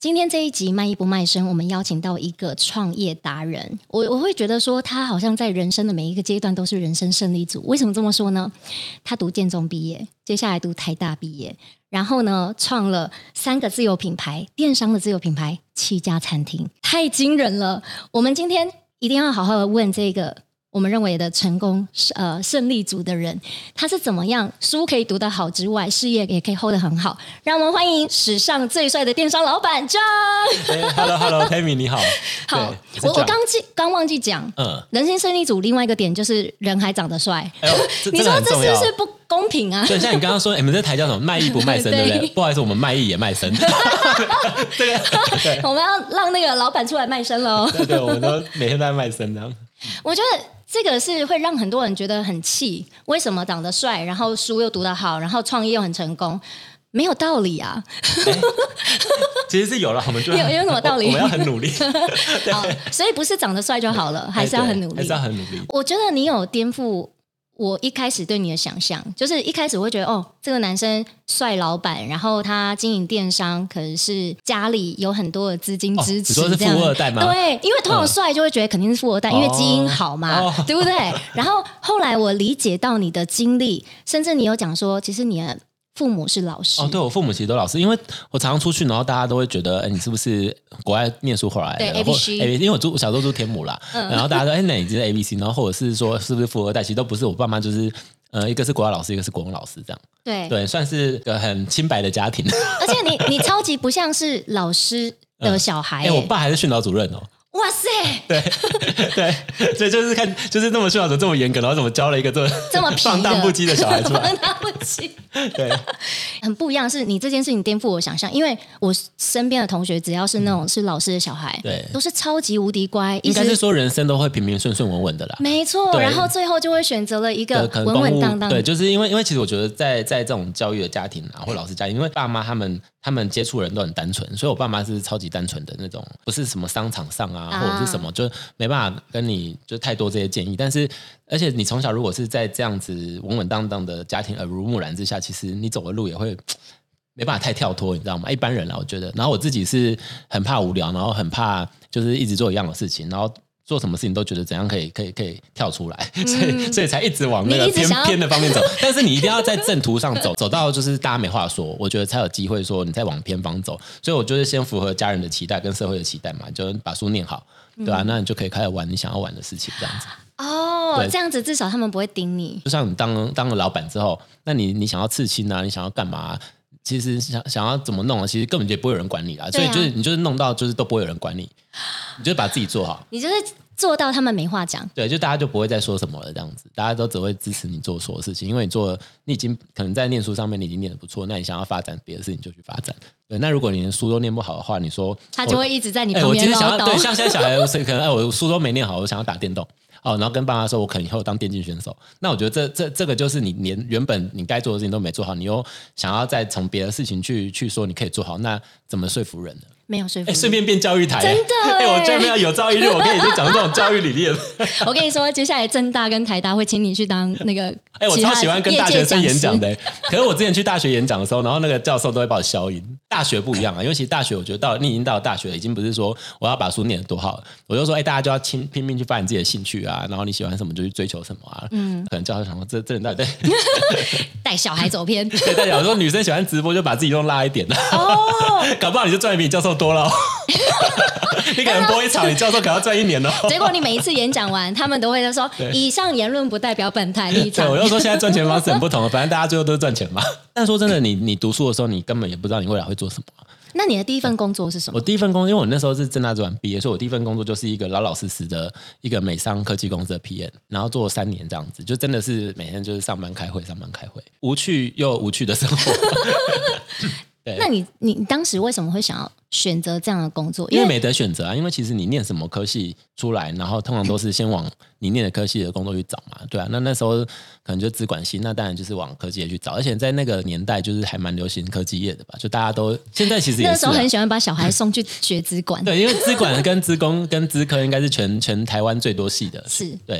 今天这一集卖艺不卖身，我们邀请到一个创业达人，我会觉得说他好像在人生的每一个阶段都是人生胜利组。为什么这么说呢？他读建中毕业，接下来读台大毕业，然后呢创了3个自有品牌，电商的自有品牌，7家餐厅，太惊人了。我们今天一定要好好的问这个我们认为的成功胜利组的人，他是怎么样书可以读得好之外，事业也可以 hold 得很好。让我们欢迎史上最帅的电商老板 John。Hello Tammy 你好。 好，我刚忘记讲，人生胜利组另外一个点就是人还长得帅。你说这是不是不公平啊？ 对，像你刚刚说，你们这台叫什么卖艺不卖身，对不对？不好意思，我们卖艺也卖身。对， 我们要让那个老板出来卖身喽。 对，我们都每天都在卖身这样。 我觉得这个是会让很多人觉得很气，为什么长得帅，然后书又读得好，然后创业又很成功，没有道理啊。 其实是有了，我们就有什么道理？ 我们要很努力。 好，所以不是长得帅就好了，还是要很努力， 还是要很努力。 我觉得你有颠覆我一开始对你的想象，就是一开始我会觉得这个男生帅老板，然后他经营电商，可能是家里有很多的资金支持， 你说是富二代吗？ 对，因为通常帅就会觉得肯定是富二代，因为基因好嘛，对不对？然后后来我理解到你的经历，甚至你有讲说，其实你的父母是老师。 对，我父母其实都老师，因为我常常出去，然后大家都会觉得，你是不是国外念书回来的？ 对 ABC， 因为我小时候住天母啦，然后大家说，那你是 ABC， 然后或者是说是不是富二代？其实都不是，我爸妈就是一个是国外老师，一个是国文老师，这样。对，算是个很清白的家庭。 而且你超级不像是老师的小孩。 我爸还是训导主任哦。 哇塞！ 对，所以就是看，就是那么训导主这么严格，然后怎么教了一个这么放荡不羁的小孩出来？ 放荡不羁， 对， 很不一样。是你这件事情颠覆我想象，因为我身边的同学只要是那种是老师的小孩， 对， 都是超级无敌乖， 应该是说人生都会平平顺顺稳稳的啦。 没错，然后最后就会选择了一个稳稳当当。 对，就是因为其实我觉得在这种教育的家庭啊，或老师家庭，因为爸妈他们接触人都很单纯，所以我爸妈是超级单纯的那种，不是什么商场上啊，或者是什么，就没办法跟你就太多这些建议。但是，而且你从小如果是在这样子稳稳当当的家庭耳濡目染之下，其实你走的路也会没办法太跳脱，你知道吗？一般人啦，我觉得。然后我自己是很怕无聊，然后很怕就是一直做一样的事情，然后做什么事情都觉得怎样可以跳出来，所以才一直往那个偏的方面走。但是你一定要在正途上走到就是大家没话说，我觉得才有机会说你再往偏方走。所以我就是先符合家人的期待跟社会的期待嘛，就把书念好，对吧？那你就可以开始玩你想要玩的事情，这样子。 这样子至少他们不会盯你。 就像你当了老板之后，那你想要刺青啊，你想要干嘛啊？其实想要怎么弄啊，其实根本就不会有人管你啦。所以你就是弄到就是都不会有人管你，你就是把自己做好， 你就是做到他们没话讲。 对，就大家就不会再说什么了，这样子，大家都只会支持你做所有事情，因为你已经可能在念书上面你已经念得不错，那你想要发展别的事情就去发展。对，那如果你连书都念不好的话，你说他就会一直在你旁边唠叨。 对，像现在小孩可能我书都没念好，我想要打电动。然后跟爸妈说，我可能以后当电竞选手。那我觉得这个就是你连原本你该做的事情都没做好，你又想要再从别的事情去说你可以做好，那怎么说服人呢？ 没有说服力。 顺便变教育台， 真的我这边有朝一日我可以去讲这种教育理念。 我跟你说，接下来政大跟台大会请你去当那个我超喜欢跟大学生演讲的。可是我之前去大学演讲的时候，然后那个教授都会把我消音。大学不一样啊，因为其实大学我觉得你已经到了大学了，已经不是说我要把书念得多好了，我就说大家就要拼命去发展自己的兴趣啊，然后你喜欢什么就去追求什么啊。可能教授想说这人到底带小孩走偏。 对，带小孩说女生喜欢直播就把自己弄拉一点搞不好你就赚的比你教授多了。你可能播一场，你教授可能要赚1年哦。 结果你每一次演讲完，他们都会说以上言论不代表本台立场。 对，我就说现在赚钱方式很不同，反正大家最后都是赚钱嘛。但说真的，你读书的时候，你根本也不知道你未来会做什么。 那你的第一份工作是什么？ 我第一份工作，因为我那时候是政大专毕业，所以我第一份工作就是一个老实的一个美商科技公司的 PM， 然后做了3年这样子，就真的是每天就是上班开会，无趣又无趣的生活。 那你当时为什么会想要选择这样的工作？ 因为没得选择啊，因为其实你念什么科系出来，然后通常都是先往你念的科系的工作去找嘛，对啊。那时候可能就资管系，那当然就是往科技业去找，而且在那个年代就是还蛮流行科技业的吧，就大家都现在其实也是那时候很喜欢把小孩送去学资管。 对，因为资管跟资工跟资科应该是全台湾最多系的， 是对。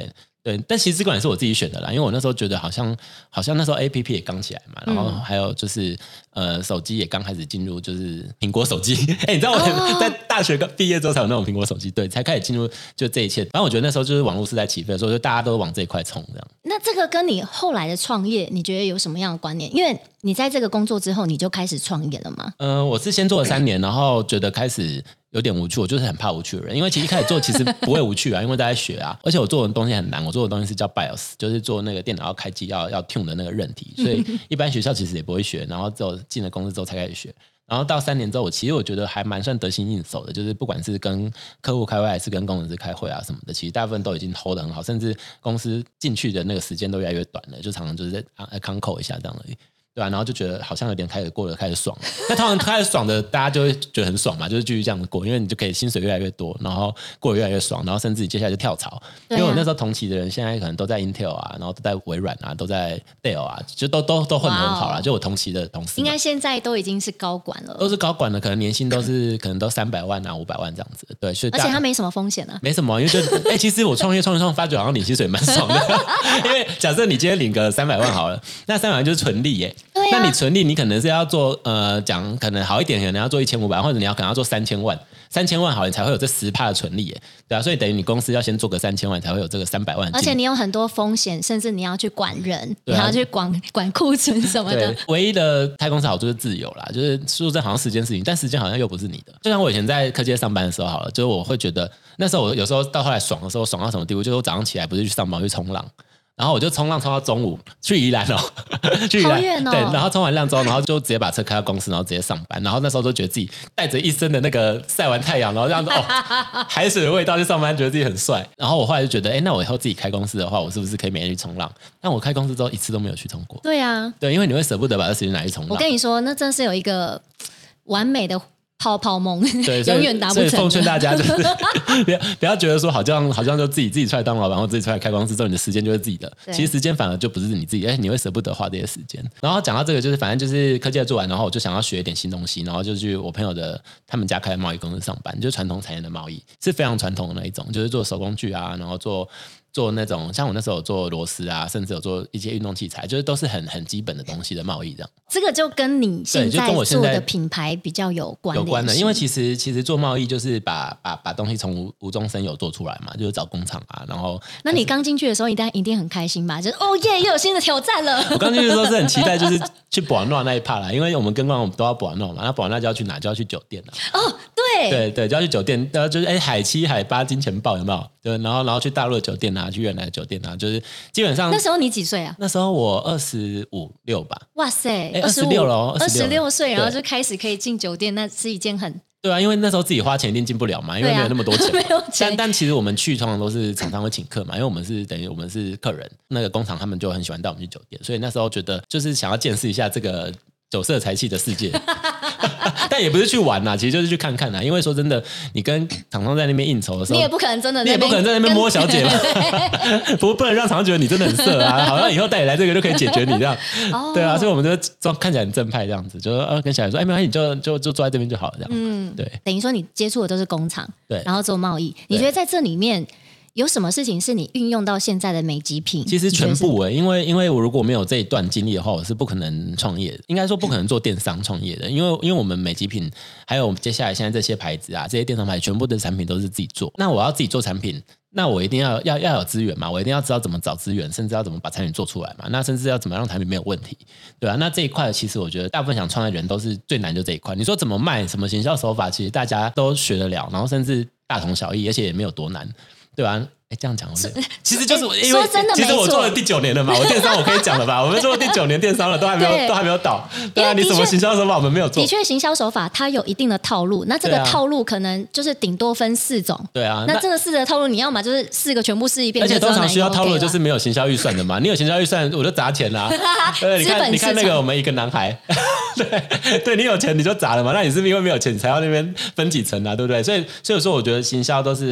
对，但其实资管也是我自己选的啦，因为我那时候觉得好像那时候 APP 也刚起来嘛，然后还有就是手机也刚开始进入就是苹果手机，你知道我在大学毕业之后才有那种苹果手机，对，才开始进入就这一切。反正我觉得那时候就是网络是在起飞的时候，就大家都往这一块冲这样。 那这个跟你后来的创业，你觉得有什么样的观念？因为你在这个工作之后，你就开始创业了吗？ 我是先做了3年，然后觉得开始有点无趣，我就是很怕无趣的人，因为其实一开始做其实不会无趣啊，因为大家学啊，而且我做的东西很难，我做的东西是叫 BIOS， 就是做那个电脑要开机要 tune 的那个韧体，所以一般学校其实也不会学，然后只有进了公司之后才开始学。然后到3年之后，我觉得还蛮算得心应手的，就是不管是跟客户开会还是跟工程师开会啊什么的，其实大部分都已经 hold 得很好，甚至公司进去的那个时间都越来越短了，就常常就是在call一下这样而已。对吧？然后就觉得好像有点开始爽了。那通常开始爽的，大家就会觉得很爽嘛，就是继续这样子过，因为你就可以薪水越来越多，然后过得越来越爽，然后甚至接下来就跳槽。因为我那时候同期的人，现在可能都在 Intel 啊，然后都在微软啊，都在 Dell 啊，就都混得很好啦。就我同期的同事， 应该现在都已经是高管了， 都是高管的，可能年薪可能都300万啊、500万这样子。对，所以而且他没什么风险啊， 没什么，因为其实我创业发觉好像领薪水蛮爽的，因为假设你今天领个300万好了，那300万就是纯利耶。 对啊， 那你纯利你可能是要做讲可能好一点，可能要做1500万，或者你可能要做3000万，3000万好，你才会有这10%的纯利耶，对啊，所以等于你公司要先做个3000万，才会有这个300万。 而且你有很多风险，甚至你要去管人，你要去管库存什么的。 唯一的开公司好处是自由啦，就是说这好像时间事情，但时间好像又不是你的。就像我以前在科技上班的时候好了，就是我会觉得那时候我有时候到后来爽的时候，爽到什么地步，就是我早上起来不是去上班，我去冲浪。然后我就冲浪冲到中午，去宜兰去宜兰， 好远哦。 对，然后冲完浪之后，然后就直接把车开到公司，然后直接上班。然后那时候都觉得自己带着一身的那个晒完太阳，然后这样子海水的味道去上班，觉得自己很帅。然后我后来就觉得，那我以后自己开公司的话，我是不是可以每天去冲浪？但我开公司之后一次都没有去冲过。 对啊， 对，因为你会舍不得把这时间拿去冲浪。 我跟你说，那真是有一个完美的泡梦， 对， 永远达不成。 所以奉劝大家就是不要觉得说好像就自己出来当老板，或自己出来开公司之后，你的时间就是自己的。其实时间反而就不是你自己，你会舍不得花这些时间。然后讲到这个，就是反正就是科技做完，然后我就想要学一点新东西，然后就去我朋友他们家开的贸易公司上班，就是传统产业的贸易，是非常传统的那一种，就是做手工具啊，然后做那种像我那时候有做螺丝啊，甚至有做一些运动器材，就是都是很基本的东西的贸易这样。 这个就跟你现在做的品牌比较有关的，因为其实做贸易就是把东西从无中生有做出来嘛，就是找工厂啊，然后。 那你刚进去的时候一定很开心吧？就是耶，又有新的挑战了。 我刚进去的时候是很期待，就是去博诺那一趴啦，因为我们跟光我们都要博诺嘛，那博诺就要去哪？就要去酒店了。 哦，对， 就要去酒店，就是海7海8金钱豹有没有？对，然后去大陆的酒店啊，去越南的酒店啊，就是基本上。 那时候你几岁啊？ 那时候我25、6吧。 哇塞 ，26了 ，26岁，然后就开始可以进酒店，那是一件很。 对啊，因为那时候自己花钱一定进不了嘛，因为没有那么多钱。 没有钱。 但其实我们去通常都是厂商会请客嘛，因为我们是等于我们是客人，那个工厂他们就很喜欢带我们去酒店，所以那时候觉得就是想要见识一下这个酒色财气的世界。但也不是去玩啦，其实就是去看看啦。因为说真的，你跟厂商在那边应酬的时候， 你也不可能真的， 你也不可能在那边摸小姐嘛，不能让厂商觉得你真的很色啊，好像以后带你来这个就可以解决你这样。对啊，所以我们就看起来很正派这样子，就跟小姐说，没关系，你就坐在这边就好了这样。对， 等于说你接触的都是工厂， 对， 然后做贸易，你觉得在这里面有什么事情是你运用到现在的美极品？ 其实全部因为我如果没有这一段经历的话，我是不可能创业的，应该说不可能做电商创业的，因为我们美极品还有接下来现在这些牌子啊，这些电商牌全部的产品都是自己做。那我要自己做产品，那我一定要有资源嘛，我一定要知道怎么找资源，甚至要怎么把产品做出来嘛，那甚至要怎么让产品没有问题，对啊，那这一块其实我觉得大部分想创业的人都是最难就这一块。你说怎么卖，什么行销手法，其实大家都学得了，然后甚至大同小异，而且也没有多难，对吧？这样讲，其实就是因为其实我做了第9年了嘛，我电商我可以讲了吧？我们做了第9年电商了，都还没有倒。对啊，你什么行销手法我们没有做？ 的确，行销手法它有一定的套路，那这个套路可能就是顶多分4种。 对啊， 那这个4个套路，你要嘛就是4个全部试一遍， 而且通常需要套路的就是没有行销预算的嘛。你有行销预算，我就砸钱啦。你看那个我们一个男孩，对你有钱你就砸了嘛。那你是不是因为没有钱，你才要那边分几层啊？对不对？所以说，我觉得行销都是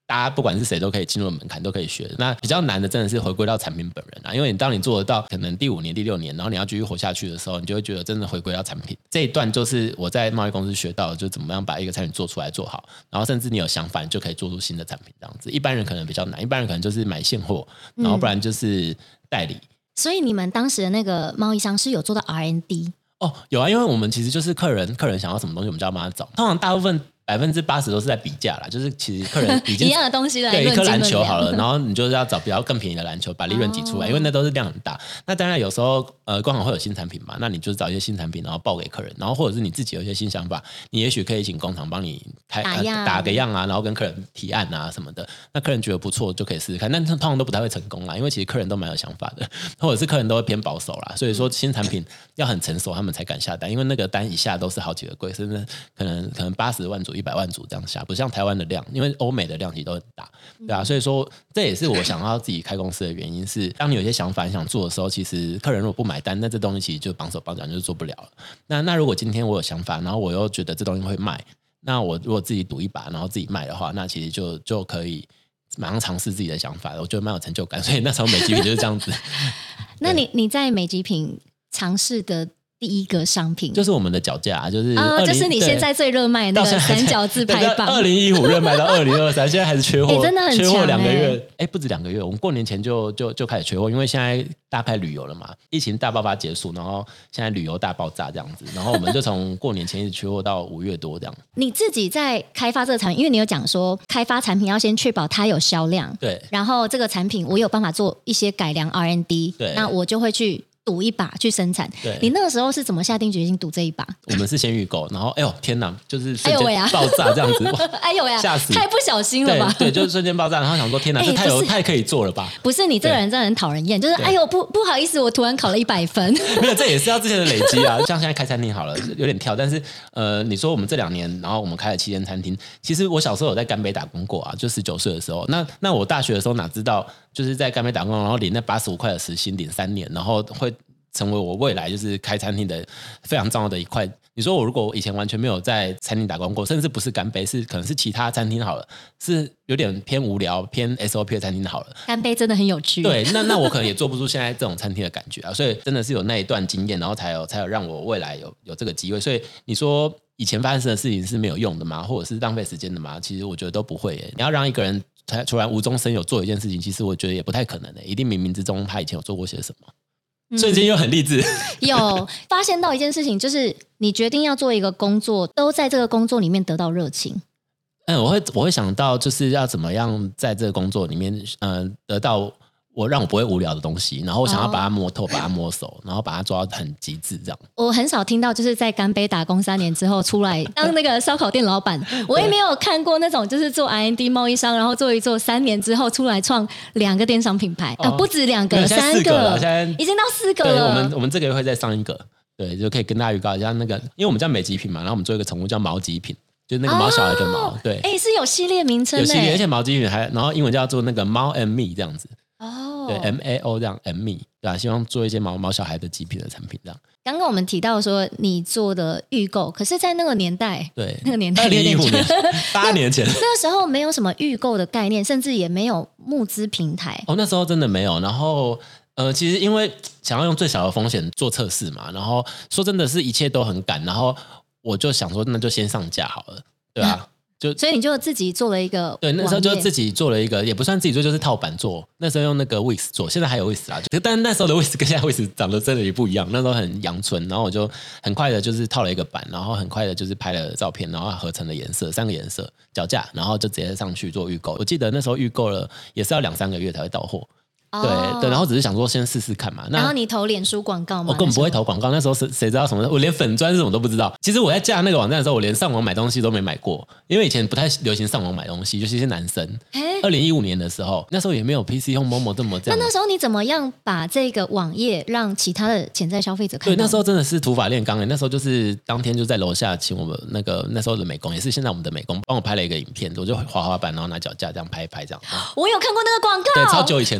大家不管是谁都可以进入的门槛，都可以学的。那比较难的真的是回归到产品本人啊，因为当你做得到可能第5年、第6年，然后你要继续活下去的时候，你就会觉得真的回归到产品这一段，就是我在贸易公司学到的，就怎么样把一个产品做出来做好，然后甚至你有想法，你就可以做出新的产品这样子。一般人可能比较难，一般人可能就是买现货，然后不然就是代理。 所以你们当时的那个贸易商是有做到 R&D？ 有啊，因为我们其实就是客人想要什么东西，我们就要帮他找。通常大部分80%都是在比价啦，就是其实客人已经一样的东西来对一颗篮球好了， 然后你就是要找比较更便宜的篮球，把利润挤出来，因为那都是量很大。那当然有时候官网会有新产品嘛，那你就找一些新产品，然后报给客人，然后或者是你自己有一些新想法，你也许可以请工厂帮你打个样啊，然后跟客人提案啊什么的。那客人觉得不错就可以试试看，但通常都不太会成功啦，因为其实客人都蛮有想法的，或者是客人都会偏保守啦。所以说新产品要很成熟，他们才敢下单，因为那个单一下都是好几个柜，甚至可能80万组、100万组这样下，不像台湾的量，因为欧美的量其实都很大，对啊，所以说这也是我想要自己开公司的原因是，当你有些想法你想做的时候，其实客人如果不买单，那这东西其实就绑手绑脚就做不了了。那如果今天我有想法，然后我又觉得这东西会卖，那我如果自己赌一把，然后自己卖的话，那其实就可以马上尝试自己的想法，我觉得蛮有成就感。所以那时候美极品就是这样子。 那你在美极品尝试的第一个商品就是我们的脚架，就是就是你现在最热卖的那个三角自拍棒 ，2015热卖到2023，现在还是缺货， 真的很强， 缺货2个月，不止2个月，我们过年前就开始缺货，因为现在大开旅游了嘛，疫情大爆发结束，然后现在旅游大爆炸这样子，然后我们就从过年前一直缺货到5月多这样。 你自己在开发这个产品，因为你有讲说开发产品要先确保它有销量， 对， 然后这个产品我有办法做一些改良 R&D， 对， 那我就会去赌一把去生产。你那个时候是怎么下定决心赌这一把？ 我们是先预购，然后天哪，就是瞬间爆炸这样子， 哎呦呀， 吓死！ 太不小心了吧？ 对，就是瞬间爆炸，然后想说天哪，这太可以做了吧？ 不是，你这个人真的很讨人厌，就是哎呦不好意思，我突然考了100分。 没有，这也是要之前的累积啊。像现在开餐厅好了，有点跳，但是你说我们这2年，然后我们开了7间餐厅，其实我小时候有在干杯打工过啊，就19岁的时候。那我大学的时候哪知道，就是在干杯打工，然后领那85块的时薪，领3年，然后会成为我未来就是开餐厅的非常重要的一块。你说我如果以前完全没有在餐厅打工过，甚至不是干杯，可能是其他餐厅好了，是有点偏无聊偏 SOP 的餐厅好了， 干杯真的很有趣。 对，那我可能也做不出现在这种餐厅的感觉啊，所以真的是有那一段经验，然后才有让我未来有这个机会。所以你说以前发生的事情是没有用的吗？或者是浪费时间的吗？其实我觉得都不会耶。你要让一个人突然无中生有做一件事情，其实我觉得也不太可能的，一定冥冥之中他以前有做过些什么。瞬间又很励志， 有发现到一件事情，就是你决定要做一个工作，都在这个工作里面得到热情。 我会想到就是要怎么样在这个工作里面得到让我不会无聊的东西，然后我想要把它摸透，把它摸熟，然后把它做到很极致这样。 我很少听到就是在干杯打工3年之后出来当那个烧烤店老板，我也没有看过那种就是做 R&D 贸易商，然后做一做3年之后出来创2个电商品牌，不止2个，3个， 现在已经到4个了。 我们这个月会再上一个，对，就可以跟大家预告一下那个，因为我们叫美极品嘛，然后我们做一个宠物叫毛极品。就是那个毛小孩的毛，对， 是有系列名称， 有系列，而且毛极品然后英文叫做那个猫 and me 这样子，对 MAO 这样 and me， 对吧？希望做一些毛小孩的极品的产品这样。 刚刚我们提到说你做的预购，可是在那个年代， 对， 那个年代 2015年8年前， 那时候没有什么预购的概念，甚至也没有募资平台。 那时候真的没有。然后其实因为想要用最小的风险做测试嘛，然后说真的是一切都很赶，然后我就想说那就先上架好了，对啊。 所以你就自己做了一个， 对，那时候就自己做了一个，也不算自己做，就是套版做。那时候用那个 Wix 做，现在还有 Wix 啦，但那时候的 Wix 跟现在 Wix 长得真的也不一样。那时候很阳春，然后我就很快的就是套了一个版，然后很快的就是拍了照片，然后合成了颜色，3个颜色脚架，然后就直接上去做预购。我记得那时候预购了也是要2-3个月才会到货。对，然后只是想说先试试看嘛。然后你投脸书广告吗？ 我根本不会投广告，那时候谁知道什么？我连粉专是什么都不知道。其实我在架那个网站的时候，我连上网买东西都没买过，因为以前不太流行上网买东西，尤其是男生。2015年的时候，那时候也没有 PC 用 Momo 这么这样。 那时候你怎么样把这个网页让其他的潜在消费者看到？ 对，那时候真的是土法炼钢那时候就是当天就在楼下请我们那时候的美工，也是现在我们的美工帮我拍了一个影片，我就滑滑板，然后拿脚架这样拍一拍这样。 我有看过那个广告， 对，超久以前的，对。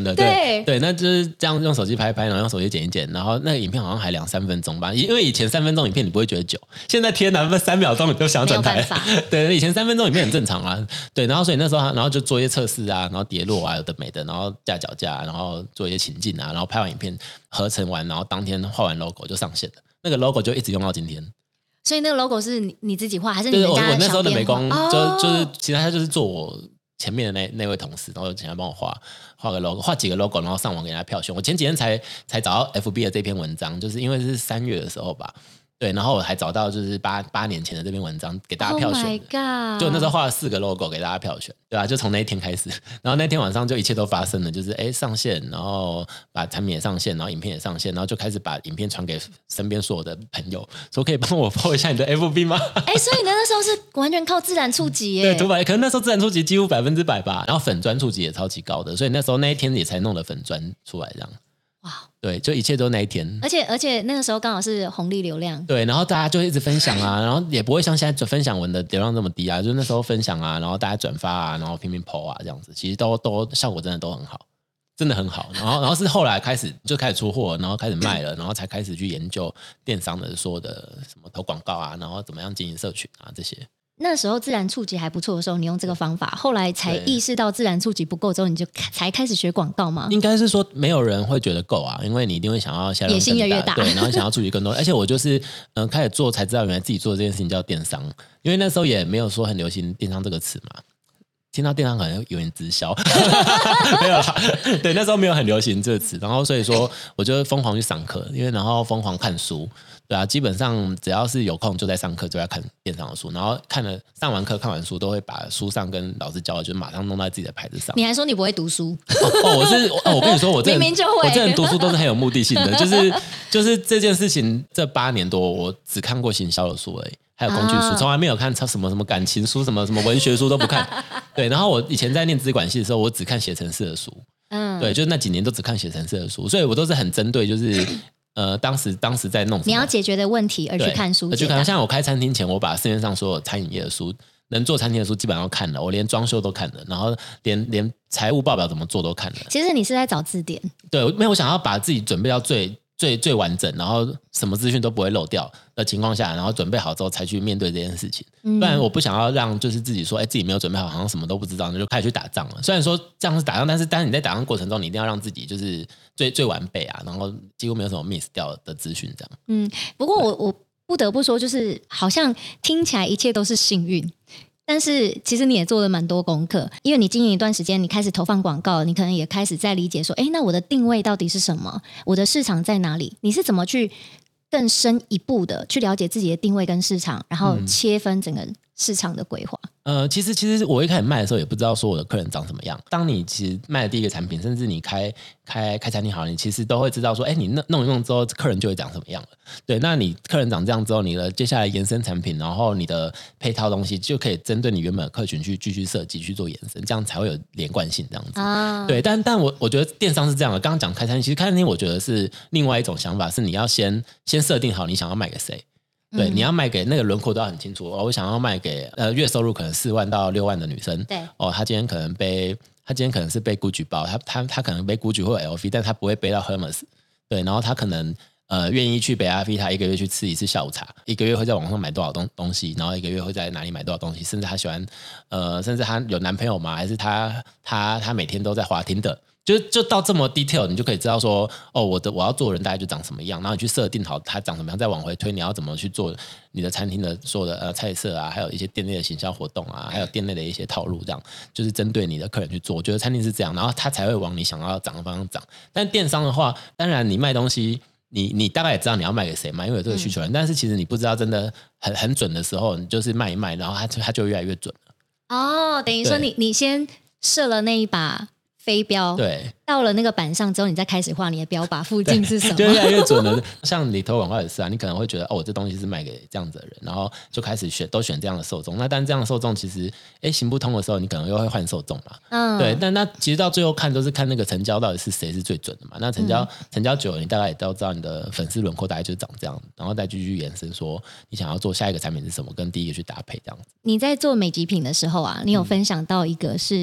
对，那就是这样用手机拍一拍，然后用手机剪一剪，然后那个影片好像还2-3分钟吧，因为以前3分钟影片你不会觉得久，现在天哪，3秒钟你都想转台，对，以前3分钟影片很正常啊，对，然后所以那时候然后就做一些测试啊，然后跌落啊有的没的，然后架脚架，然后做一些情境啊，然后拍完影片合成完，然后当天画完 logo 就上线了，那个 logo 就一直用到今天。 所以那个 logo 是你自己画还是你们家的小编画？ 我那时候的美工就是其实他就是做我前面的那位同事，然后请他帮我画个 logo， 画几个 logo， 然后上网给人家票选。我前几天才找到 FB 的这篇文章，就是因为是3月的时候吧。对，然后我还找到就是8年前的这篇文章给大家票选。 Oh my god！ 就那时候画了4个 logo 给大家票选，对吧？就从那一天开始，然后那天晚上就一切都发生了，就是上线，然后把产品也上线，然后影片也上线，然后就开始把影片传给身边所有的朋友，说可以帮我 po 一下你的 FB 吗？ 所以你那时候是完全靠自然触及耶。 对，涂版可能那时候自然触及几乎100%吧，然后粉专触及也超级高的，所以那时候那一天也才弄了粉专出来这样。哇，对，就一切都那一天， 而且那个时候刚好是红利流量， 对，然后大家就一直分享啊，然后也不会像现在分享文的流量这么低啊，就那时候分享啊，然后大家转发啊，然后拼命 po 啊，这样子，其实都效果真的都很好，真的很好。然后是后来开始出货，然后开始卖了，然后才开始去研究电商的说的什么投广告啊，然后怎么样经营社群啊这些。 那时候自然触及还不错的时候，你用这个方法，后来才意识到自然触及不够之后，你就才开始学广告吗？ 应该是说没有人会觉得够啊，因为你一定会想要下野心越大， 对，然后想要触及更多。而且我就是开始做才知道，原来自己做的这件事情叫电商，因为那时候也没有说很流行电商这个词嘛。听到电商可能有点直销，没有啦，对，那时候没有很流行这个词，然后所以说我就疯狂去上课，因为然后疯狂看书，对啊，基本上只要是有空就在上课，就在看电商的书，然后上完课看完书都会把书上跟老师教的就马上弄在自己的牌子上。 你还说你不会读书？ 我跟你说，我这人明明就会， 我这人读书都是很有目的性的，就是这件事情，这8年多我只看过行销的书而已。还有工具书，从来没有看什么感情书，什么文学书都不看。对，然后我以前在念资管系的时候，我只看写程式的书。对，就是那几年都只看写程式的书，所以我都是很针对，就是当时在弄什么你要解决的问题而去看书。 而去看，像我开餐厅前，我把市面上所有餐饮业的书，能做餐厅的书基本上都看了，我连装修都看了，然后连财务报表怎么做都看了。 其实你是在找字典。 对，没有，我想要把自己准备到最完整，然后什么资讯都不会漏掉的情况下，然后准备好之后才去面对这件事情。不然我不想要让就是自己说，自己没有准备好，好像什么都不知道，那就开始去打仗了。虽然说这样是打仗，但是你在打仗过程中，你一定要让自己就是最完备啊，然后几乎没有什么 miss 掉的资讯这样。 不过我不得不说，就是好像听起来一切都是幸运。但是其实你也做了蛮多功课，因为你经营一段时间，你开始投放广告，你可能也开始在理解说，那我的定位到底是什么？我的市场在哪里？你是怎么去更深一步的去了解自己的定位跟市场，然后切分整个市场的规划？其实我一开始卖的时候也不知道说我的客人长什么样。当你其实卖的第一个产品，甚至你开餐厅好了，你其实都会知道说，你弄一弄之后，客人就会长什么样了。对，那你客人长这样之后，你的接下来延伸产品，然后你的配套东西就可以针对你原本的客群去继续设计去做延伸，这样才会有连贯性这样子。对，但我觉得电商是这样的。刚刚讲开餐厅，其实开餐厅我觉得是另外一种想法，是你要先设定好你想要卖给谁。对，你要卖给那个轮廓都要很清楚。我想要卖给月收入可能4万到6万的女生。 对， 她今天可能是背 Gucci 包，她可能背 Gucci 或 LV， 但她不会背到 Hermes。对，然后她可能愿意去北阿飞，她1个月去吃1次下午茶，1个月会在网上买多少东西，然后1个月会在哪里买多少东西，甚至她喜欢甚至她有男朋友吗？还是她每天都在滑Tinder。就到这么 detail， 你就可以知道说，我要做的人大概就长什么样，然后你去设定好它长什么样，再往回推，你要怎么去做你的餐厅的所有的菜色啊，还有一些店内的行销活动啊，还有店内的一些套路，这样就是针对你的客人去做。我觉得餐厅是这样，然后它才会往你想要长的方向长。但电商的话，当然你卖东西，你大概也知道你要卖给谁嘛，因为有这个需求人，但是其实你不知道真的很准的时候，你就是卖一卖，然后它就越来越准了。 等于说你先设了那一把飞镖， 对， 到了那个板上之后，你再开始画你的标靶附近是什么， 就越来越准了。像你投广告也是啊，你可能会觉得我这东西是卖给这样子的人，然后就开始选这样的受众。那但这样的受众其实行不通的时候，你可能又会换受众嘛。对，但那其实到最后看都是看那个成交到底是谁是最准的嘛。那成交久了，你大概也都知道你的粉丝轮廓大概就长这样，然后再继续延伸说你想要做下一个产品是什么，跟第一个去搭配这样子。 你在做美极品的时候啊，你有分享到一个是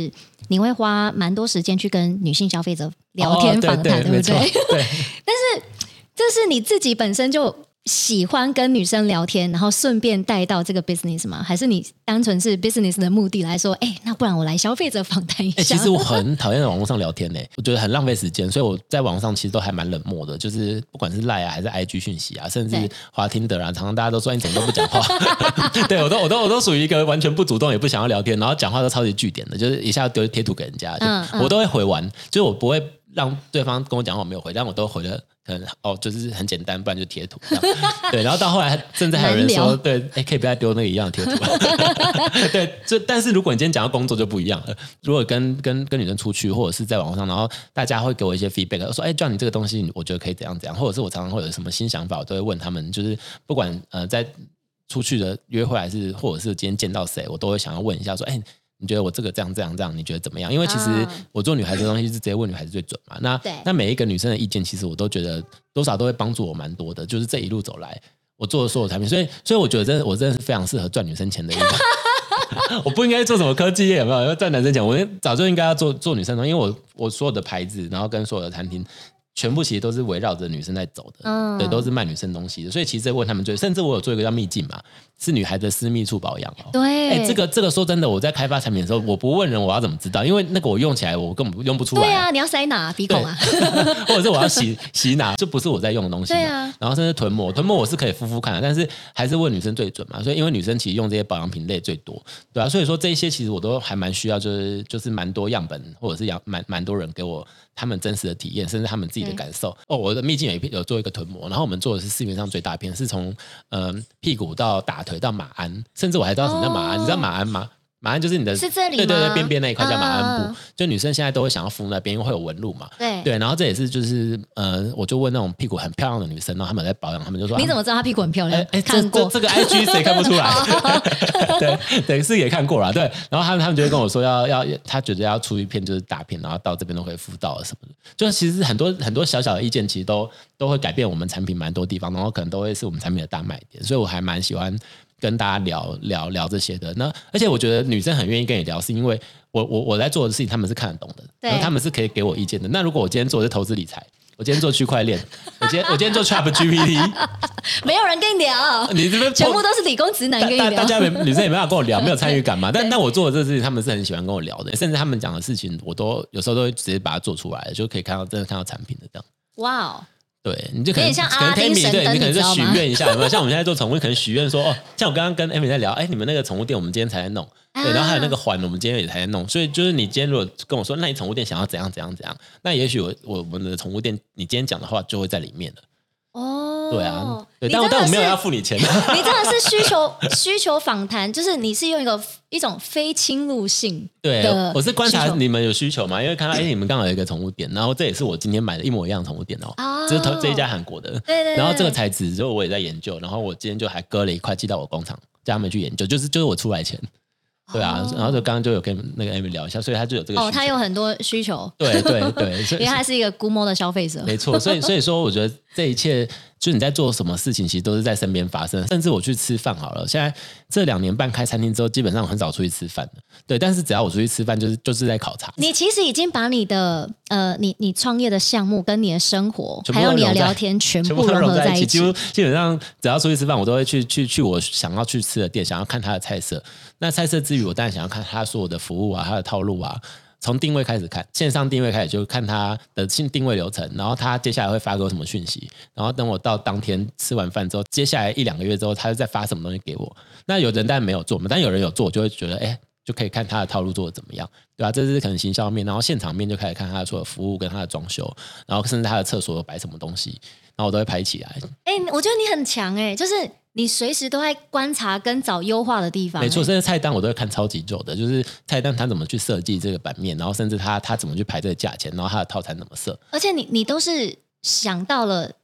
你会花蛮多时间去跟女性消费者聊天访谈，对不对？ 对。 但是这是你自己本身就喜欢跟女生聊天，然后顺便带到这个 business 吗？还是你单纯是 business 的目的来说，那不然我来消费者访谈一下？ 其实我很讨厌在网络上聊天我觉得很浪费时间，所以我在网上其实都还蛮冷漠的，就是不管是 LINE 还是 IG 讯息甚至滑 Tinder 常常大家都说你怎么都不讲话，对我都属于一个完全不主动也不想要聊天，然后讲话都超级句点的，就是一下丢贴图给人家，我都会回完，就是我不会让对方跟我讲话我没有回，但我都回了。可能就是很简单，不然就贴图对，然后到后来甚至还有人说对，可以不要丢那个一样的贴图对，但是如果你今天讲到工作就不一样了，如果跟女生出去或者是在网络上，然后大家会给我一些 feedback 说叫你这个东西我觉得可以怎样怎样，或者是我常常会有什么新想法，我都会问他们，就是不管在出去的约会还是或者是今天见到谁，我都会想要问一下说你觉得我这个这样你觉得怎么样？因为其实我做女孩子的东西是直接问女孩子最准嘛。那每一个女生的意见，其实我都觉得多少都会帮助我蛮多的。就是这一路走来，我做的所有产品，所以我觉得我真的是非常适合赚女生钱的一个。我不应该做什么科技业，有没有？要赚男生钱，我早就应该要做女生的，因为我所有的牌子，然后跟所有的餐厅。全部其实都是围绕着女生在走的，对，都是卖女生东西的，所以其实问他们甚至我有做一个叫秘境嘛，是女孩的私密处保养对， 这个说真的，我在开发产品的时候，我不问人我要怎么知道，因为那个我用起来我根本用不出来。 对啊，你要塞哪鼻孔啊？ 或者是我要洗哪，就不是我在用的东西。 对啊， 然后甚至臀膜我是可以敷看的，但是还是问女生最准嘛，所以因为女生其实用这些保养品类最多，对啊，所以说这一些其实我都还蛮需要，就是蛮多样本或者是蛮多人给我他们真实的体验，甚至他们自己的感受。我的秘境有做一个臀膜，然后我们做的是市面上最大片，是从屁股到大腿到马鞍，甚至我还知道什么叫马鞍，你知道马鞍吗？马鞍就是你的是这里吗？ 对边边那一块叫马鞍部，就女生现在都会想要敷那边，因为会有纹路嘛。对，然后这也是就是我就问那种屁股很漂亮的女生，然后她们在保养，她们就说你怎么知道她屁股很漂亮？ 看过这个 IG 谁看不出来？对，是也看过啦。对，然后他们就会跟我说要他觉得要出一片就是大片，然后到这边都可以敷到什么的。就其实很多小小的意见，其实都会改变我们产品蛮多地方，然后可能都会是我们产品的大卖点，所以我还蛮喜欢跟大家聊这些的。那而且我觉得女生很愿意跟你聊，是因为我在做的事情他们是看得懂的，然后他们是可以给我意见的。那如果我今天做的是投资理财，我今天做区块链，我今天做 ChatGPT， 没有人跟你聊， 你这边全部都是理工直男跟你聊， 大家女生也没办法跟我聊，没有参与感嘛。但我做的这个事情，他们是很喜欢跟我聊的，甚至他们讲的事情，我都有时候都会直接把它做出来，就可以真的看到产品的这样。 哇哦！ 对，你就可能像阿拉丁神灯， 你可能就许愿一下，有没有？像我们现在做宠物，可能许愿说像我刚刚跟 Amy 在聊，你们那个宠物店我们今天才在弄，对，然后还有那个环我们今天也才在弄，所以就是你今天如果跟我说，那你宠物店想要怎样，那也许我们的宠物店你今天讲的话就会在里面了。对啊，对，但我没有要付你钱。 你真的是需求访谈，就是你是用一种非侵入性的。 对，我是观察你们有需求嘛，因为看到你们刚好有一个宠物店，然后这也是我今天买的一模一样的宠物店就是这一家韩国的。对，然后这个材质之后我也在研究，然后我今天就还割了一块寄到我工厂，叫他们去研究，就是我出来钱。对啊，然后就刚刚就有跟那个 Amy 聊一下，所以他就有这个需求。 他有很多需求。 对， 因为他是一个估摸的消费者。 没错，所以说我觉得这一切就是你在做什么事情，其实都是在身边发生。甚至我去吃饭好了，现在这2年半开餐厅之后，基本上我很少出去吃饭了。对，但是只要我出去吃饭，就是在考察。 你其实已经把你的你创业的项目跟你的生活，还有你的聊天，全部融合在一起。 基本上只要出去吃饭，我都会去我想要去吃的店，想要看他的菜色。那菜色之余，我当然想要看他所有的服务啊，他的套路啊。从定位开始看，线上定位开始就看他的定位流程，然后他接下来会发给我什么讯息，然后等我到当天吃完饭之后，接下来1-2个月之后，他就再发什么东西给我。那有人当然没有做嘛，但有人有做，我就会觉得就可以看他的套路做的怎么样，对吧？这是可能行销面，然后现场面就开始看他的所有服务跟他的装修，然后甚至他的厕所有摆什么东西，然后我都会拍起来。 我觉得你很强就是你随时都在观察跟找优化的地方。 没错，甚至菜单我都会看超级久的，就是菜单他怎么去设计这个版面，然后甚至他怎么去排这个价钱，然后他的套餐怎么设。 而且你都是想到了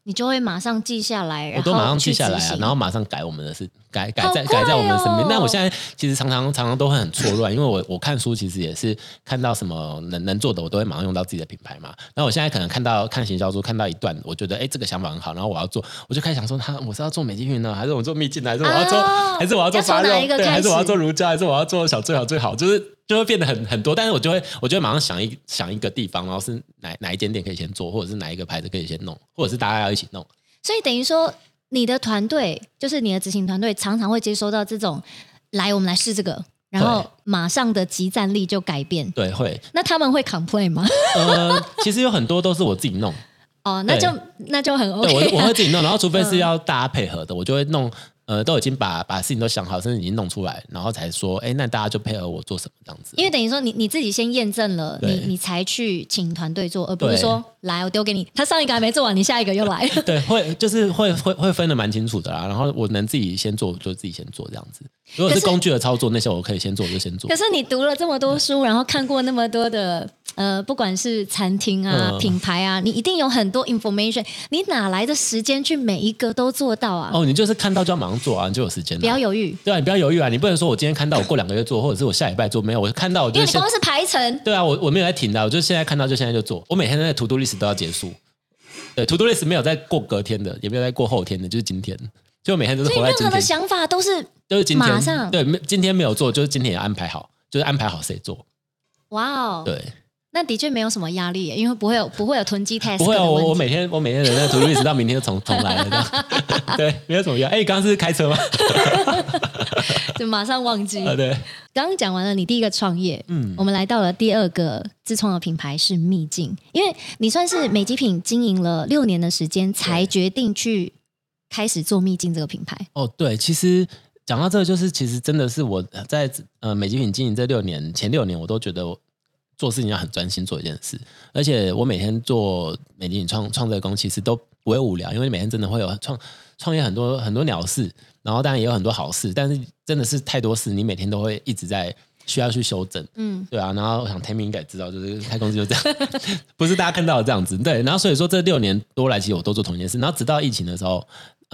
你就会马上记下来， 我都马上记下来啊，然后马上改我们的事，改在我们的身边。但我现在其实常常都会很错乱，因为我看书其实也是看到什么能做的，我都会马上用到自己的品牌嘛。那我现在可能看行销书看到一段，我觉得这个想法很好，然后我要做，我就开始想说，我是要做美肌品呢，还是我做秘境呢，还是我要做，还是我要做发肉，对，还是我要做乳胶，还是我要做小最好，就会变得很多，但是我就会马上想一个地方，然后是哪一间店可以先做，或者是哪一个牌子可以先弄，或者是大家要一起弄。 所以等于说，你的团队就是你的执行团队，常常会接收到这种我们来试这个，然后马上的即战力就改变。 对，会。 那他们会 complain 吗？ 其实有很多都是我自己弄。 哦，那就很 OK。 对，我会自己弄，然后除非是要大家配合的，我就会弄。都已经把事情都想好，甚至已经弄出来，然后才说，那大家就配合我做什么这样子。 因为等于说你自己先验证了，你才去请团队做，而不是说来我丢给你，他上一个还没做完，你下一个又来。对， 会分得蛮清楚的啦。然后我能自己先做就自己先做这样子。如果是工具的操作，那些我可以先做就先做。 可是你读了这么多书，然后看过那么多的不管是餐厅啊、品牌啊，你一定有很多 information， 你哪来的时间去每一个都做到啊？ 你就是看到就要马上做啊，你就有时间。 不要犹豫。 对啊，你不要犹豫啊！你不能说我今天看到我过2个月做，或者是我下礼拜做，没有，我看到我就因为你光是排程。 对啊，我没有在停的，我就现在看到就现在就做。我每天的 to do list 都要结束。对 ，to do list 没有在过隔天的，也没有在过后天的，就是今天。就每天都是活在今天。 所以任何的想法都是今天马上。 对，今天没有做，就是今天也安排好，就是安排好谁做。 哇哦。 对。 那的确没有什么压力，因为不会有囤积 task。 不会我每天的那 to do list 到明天就重来了。对，没有什么压力。刚刚是开车吗？ 就马上忘记。 对。 刚刚讲完了你第一个创业，我们来到了第二个自创的品牌是秘境，因为你算是美肌品经营了6年的时间，才决定去开始做秘境这个品牌。 对，其实讲到这个，就是其实真的是我在美肌品经营这前6年，我都觉得做事情要很专心做一件事，而且我每天做美肌品创这工，其实都不会无聊，因为每天真的会有创业很多鸟事，然后当然也有很多好事，但是真的是太多事，你每天都会一直在需要去修正。对啊，然后我想 Tammy 应该知道，就是开公司就这样，不是大家看到的这样子。对，然后所以说这6年多来，其实我都做同一件事，然后直到疫情的时候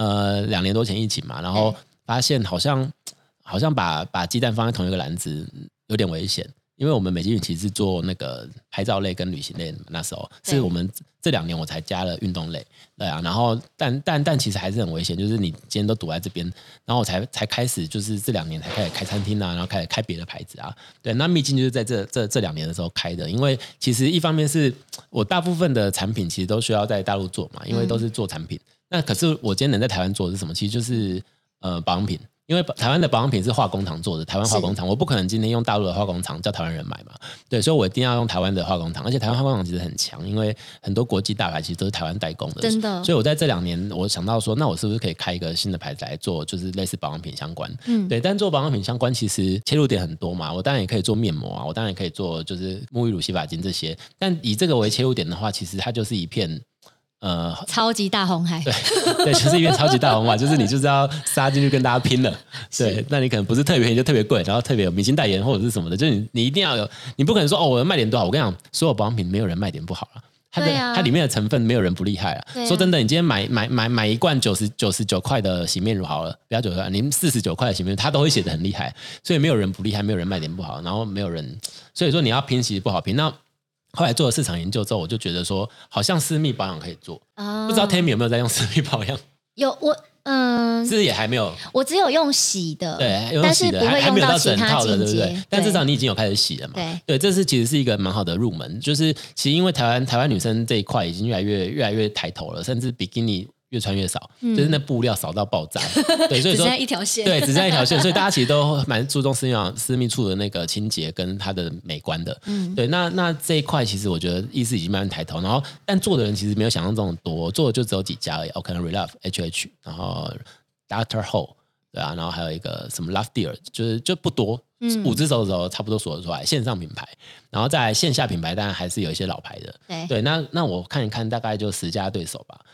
，2年多前疫情嘛，然后发现好像把鸡蛋放在同一个篮子有点危险。因为我们美肌品其实是做那个拍照类跟旅行类的，那时候是我们这2年我才加了运动类，对啊，然后但其实还是很危险，就是你今天都堵在这边，然后我才开始就是这2年才开始开餐厅啊，然后开始开别的牌子啊，对，那秘境就是在这2年的时候开的，因为其实一方面是我大部分的产品其实都需要在大陆做嘛，因为都是做产品，那可是我今天能在台湾做的是什么？其实就是保养品。因为台湾的保养品是化工厂做的，台湾化工厂，我不可能今天用大陆的化工厂叫台湾人买嘛，对，所以我一定要用台湾的化工厂，而且台湾化工厂其实很强，因为很多国际大牌其实都是台湾代工的， 真的。 所以我在这2年，我想到说，那我是不是可以开一个新的牌子来做，就是类似保养品相关，对，但做保养品相关其实切入点很多嘛，我当然也可以做面膜啊，我当然也可以做就是沐浴乳、洗发精这些，但以这个为切入点的话，其实它就是一片。 超级大红海， 对，就是一片超级大红海，就是你就是要杀进去跟大家拼了，对，那你可能不是特别便宜就特别贵，然后特别有明星代言或者是什么的，就是你一定要有，你不可能说我的卖点多好，我跟你讲，所有保养品没有人卖点不好了。它里面的成分没有人不厉害啊。说真的，你今天买一罐99块的洗面乳好了，不要99块，你49块的洗面乳，它都会写得很厉害，所以没有人不厉害，没有人卖点不好，然后没有人，所以说你要拼其实不好拼。那后来做了市场研究之后，我就觉得说，好像私密保养可以做，不知道 Tammy 有没有在用私密保养？ 有我。 是也还没有， 我只有用洗的， 对， 但是不会用到其他的，对不对？但至少你已经有开始洗了嘛， 对， 这其实是一个蛮好的入门。就是其实因为台湾女生这一块已经越来越抬头了，甚至比基尼越穿越少，就是那布料少到爆炸，对，所以说只剩下一条线， 对，只剩下一条线，所以大家其实都蛮注重私密处的那个清洁跟它的美观的，对，那这一块其实我觉得意识已经慢慢抬头，然后但做的人其实没有想象中的多，做的就只有几家而已，可能 Relove、HH， 然后 Dr. Ho， 对啊，然后还有一个什么 Love Dear， 就不多，5只手指头差不多数得出来，线上品牌，然后在线下品牌当然还是有一些老牌的，对，那我看一看大概就10家对手吧。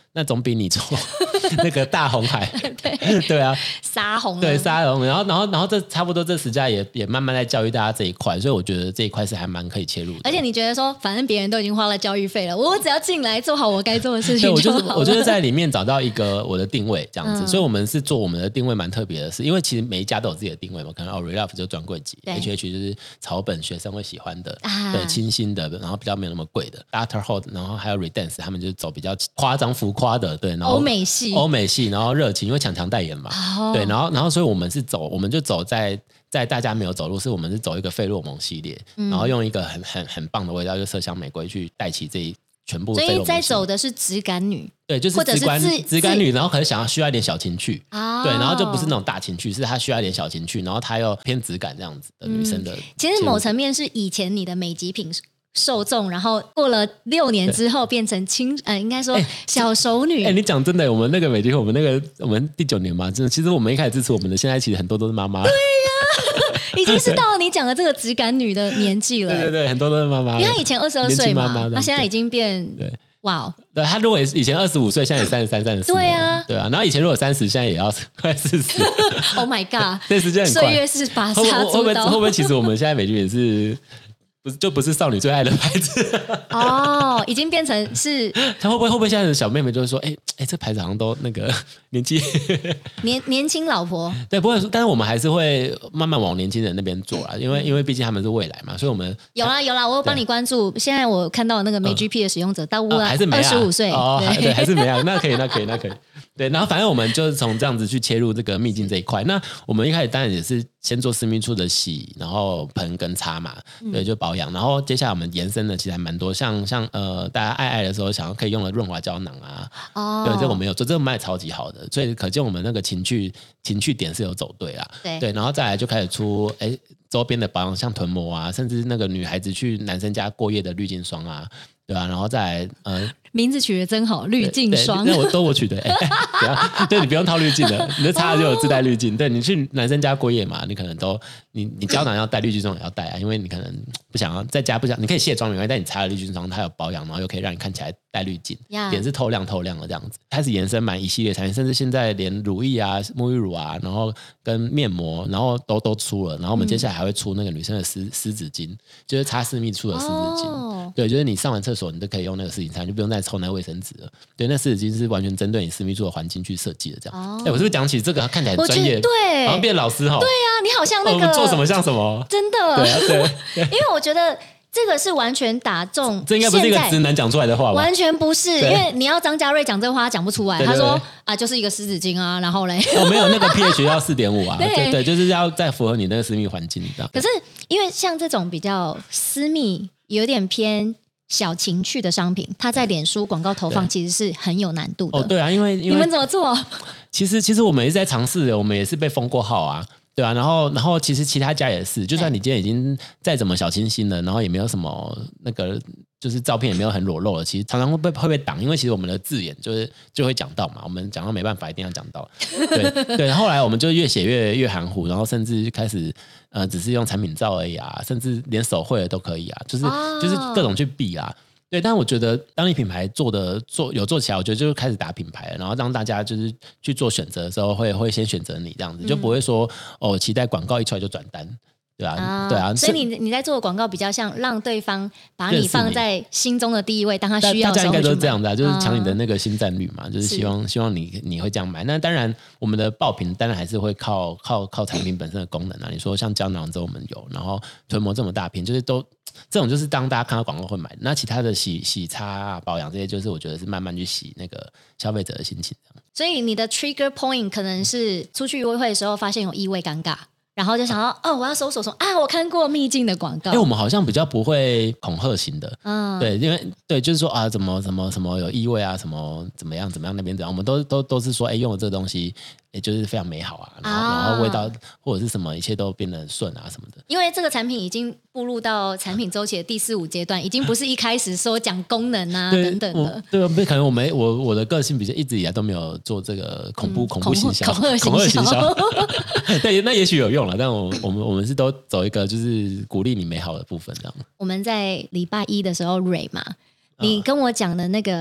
那总比你做那个大红海对啊， 沙红对沙红，然后这差不多这10家也慢慢在教育大家这一块，所以我觉得这一块是还蛮可以切入的。 而且你觉得说，反正别人都已经花了教育费了，我只要进来做好我该做的事情就好了。 我就是在里面找到一个我的定位这样子，所以我们是做我们的定位蛮特别的是，因为其实每一家都有自己的定位嘛，可能Relove 就是专柜级 ，HH 就是草本学生会喜欢的，对，清新的，然后比较没有那么贵的 After Hold， 然后还有 Redance， 他们就是走比较夸张浮夸的，对，然后欧美系，然后热情，因为强代言嘛，对，然后所以我们就走在大家没有走路，是我们是走一个费洛蒙系列，然后用一个很棒的味道，就麝香玫瑰去带起这一全部费洛蒙系列。 所以在走的是质感女， 对，就是质感女，然后可能需要一点小情趣，对，然后就不是那种大情趣，是她需要一点小情趣，然后她又偏质感这样子的女生的。 其实某层面是以前你的美极品受众，然后过了6年之后变成应该说小熟女。 你讲真的，我们那个美极品，我们第9年嘛，真的，其实我们一开始支持我们的，现在其实很多都是妈妈。 对呀，已经是到了你讲的这个质感女的年纪了。 对，很多都是妈妈。 因为她以前22岁嘛，她现在已经变对。 哇， 对，他如果以前25岁，现在也33、34， 对啊， 对啊，然后以前如果30，现在也要快40。 Oh my god， 这时间很快， 岁月是把杀猪刀。 会不会其实我们现在美剧也是不是少女最爱的牌子？ 哦，已经变成是。 他会不会现在的小妹妹就会说，这牌子好像都那个年纪年轻老婆？ 对，不会，但是我们还是会慢慢往年轻人那边做啦，因为毕竟他们是未来嘛，所以我们有啦，我有帮你关注。现在我看到那个美 GP 的使用者，大概还是没 25岁， 对，还是没啊，那可以。对，然后反正我们就是从这样子去切入这个秘境这一块。那我们一开始当然也是先做私密处的洗，然后喷跟擦嘛，对，就保养。然后接下来我们延伸的其实还蛮多，像大家爱的时候想要可以用的润滑胶囊啊，对，这个我们有做，这个卖超级好的，所以可见我们那个情趣点是有走对啦，对，然后再来就开始出周边的保养，像臀膜啊，甚至那个女孩子去男生家过夜的滤净霜啊。对啊，然后再来名字取得真好，滤净霜。 那我取的，对，你不用套滤镜的，你就擦了就有自带滤镜。对，你去男生家过夜嘛，你可能你胶囊要带，滤镜霜也要带啊，因为你可能不想要在家你可以卸妆没关系，但你擦了滤镜霜，它有保养，然后又可以让你看起来带滤镜，脸是透亮的这样子。开始延伸满一系列产品，甚至现在连乳液啊、沐浴乳啊，然后跟面膜，然后都出了。然后我们接下来还会出那个女生的湿纸巾，就是擦私密处的湿纸巾。对，就是你上完厕所，你都可以用那个湿纸巾，就不用再抽那个卫生纸了。对，那湿纸巾是完全针对你私密处的环境去设计的，这样。我是不是讲起这个看起来很专业？ 对， 好像变老师哈。 对啊，你好像那个我们做什么像什么， 真的。对，因为我觉得这个是完全打中， 这应该不是一个直男讲出来的话吧？ 完全不是，因为你要张家瑞讲这个话，他讲不出来。他说就是一个湿纸巾啊，然后嘞， 没有那个 pH 要4.5啊，对，就是要再符合你那个私密环境这样。 可是因为像这种比较私密、有点偏小情趣的商品，它在脸书广告投放其实是很有难度的。 对啊，因为你们怎么做？ 其实我们也是在尝试的，我们也是被封过号啊。对啊，然后其实其他家也是，就算你今天已经再怎么小清新了，然后也没有什么那个，就是照片也没有很裸露了，其实常常会被挡，因为其实我们的字眼就会讲到嘛，我们讲到没办法，一定要讲到。对，后来我们就越写越含糊，然后甚至开始只是用产品照而已啊，甚至连手绘的都可以啊，就是各种去避啊。对，但我觉得当你品牌有做起来，我觉得就是开始打品牌了，然后让大家就是去做选择的时候会先选择你这样子，就不会说期待广告一出来就转单。对啊， 所以你在做的广告比较像让对方把你放在心中的第一位，当他需要的时候，大家应该都是这样的，就是抢你的那个新占率嘛，就是希望你会这样买。那当然，我们的爆品当然还是会靠产品本身的功能啊。你说像胶囊之后我们有，然后臀膜这么大片，就是这种就是当大家看到广告会买的。那其他的洗擦啊、保养这些，就是我觉得是慢慢去洗那个消费者的心情。 所以你的 trigger point 可能是出去约会的时候发现有异味尴尬。然后就想到我要搜索说我看过秘境的广告。 我们好像比较不会恐吓型的，对，因为对，就是说怎么有异味啊，什么怎么样那边怎样，我们都是说用了这个东西，就是非常美好啊，然后味道或者是什么，一切都变得很顺啊什么的。 因为这个产品已经步入到产品周期的第4、5阶段，已经不是一开始说讲功能啊等等的。 对，可能我的个性比较一直以来都没有做这个恐怖行销、 恐吓行销。 对，那也许有用了，但我们是都走一个就是鼓励你美好的部分这样。 我们在礼拜1的时候蕊嘛，你跟我讲的那个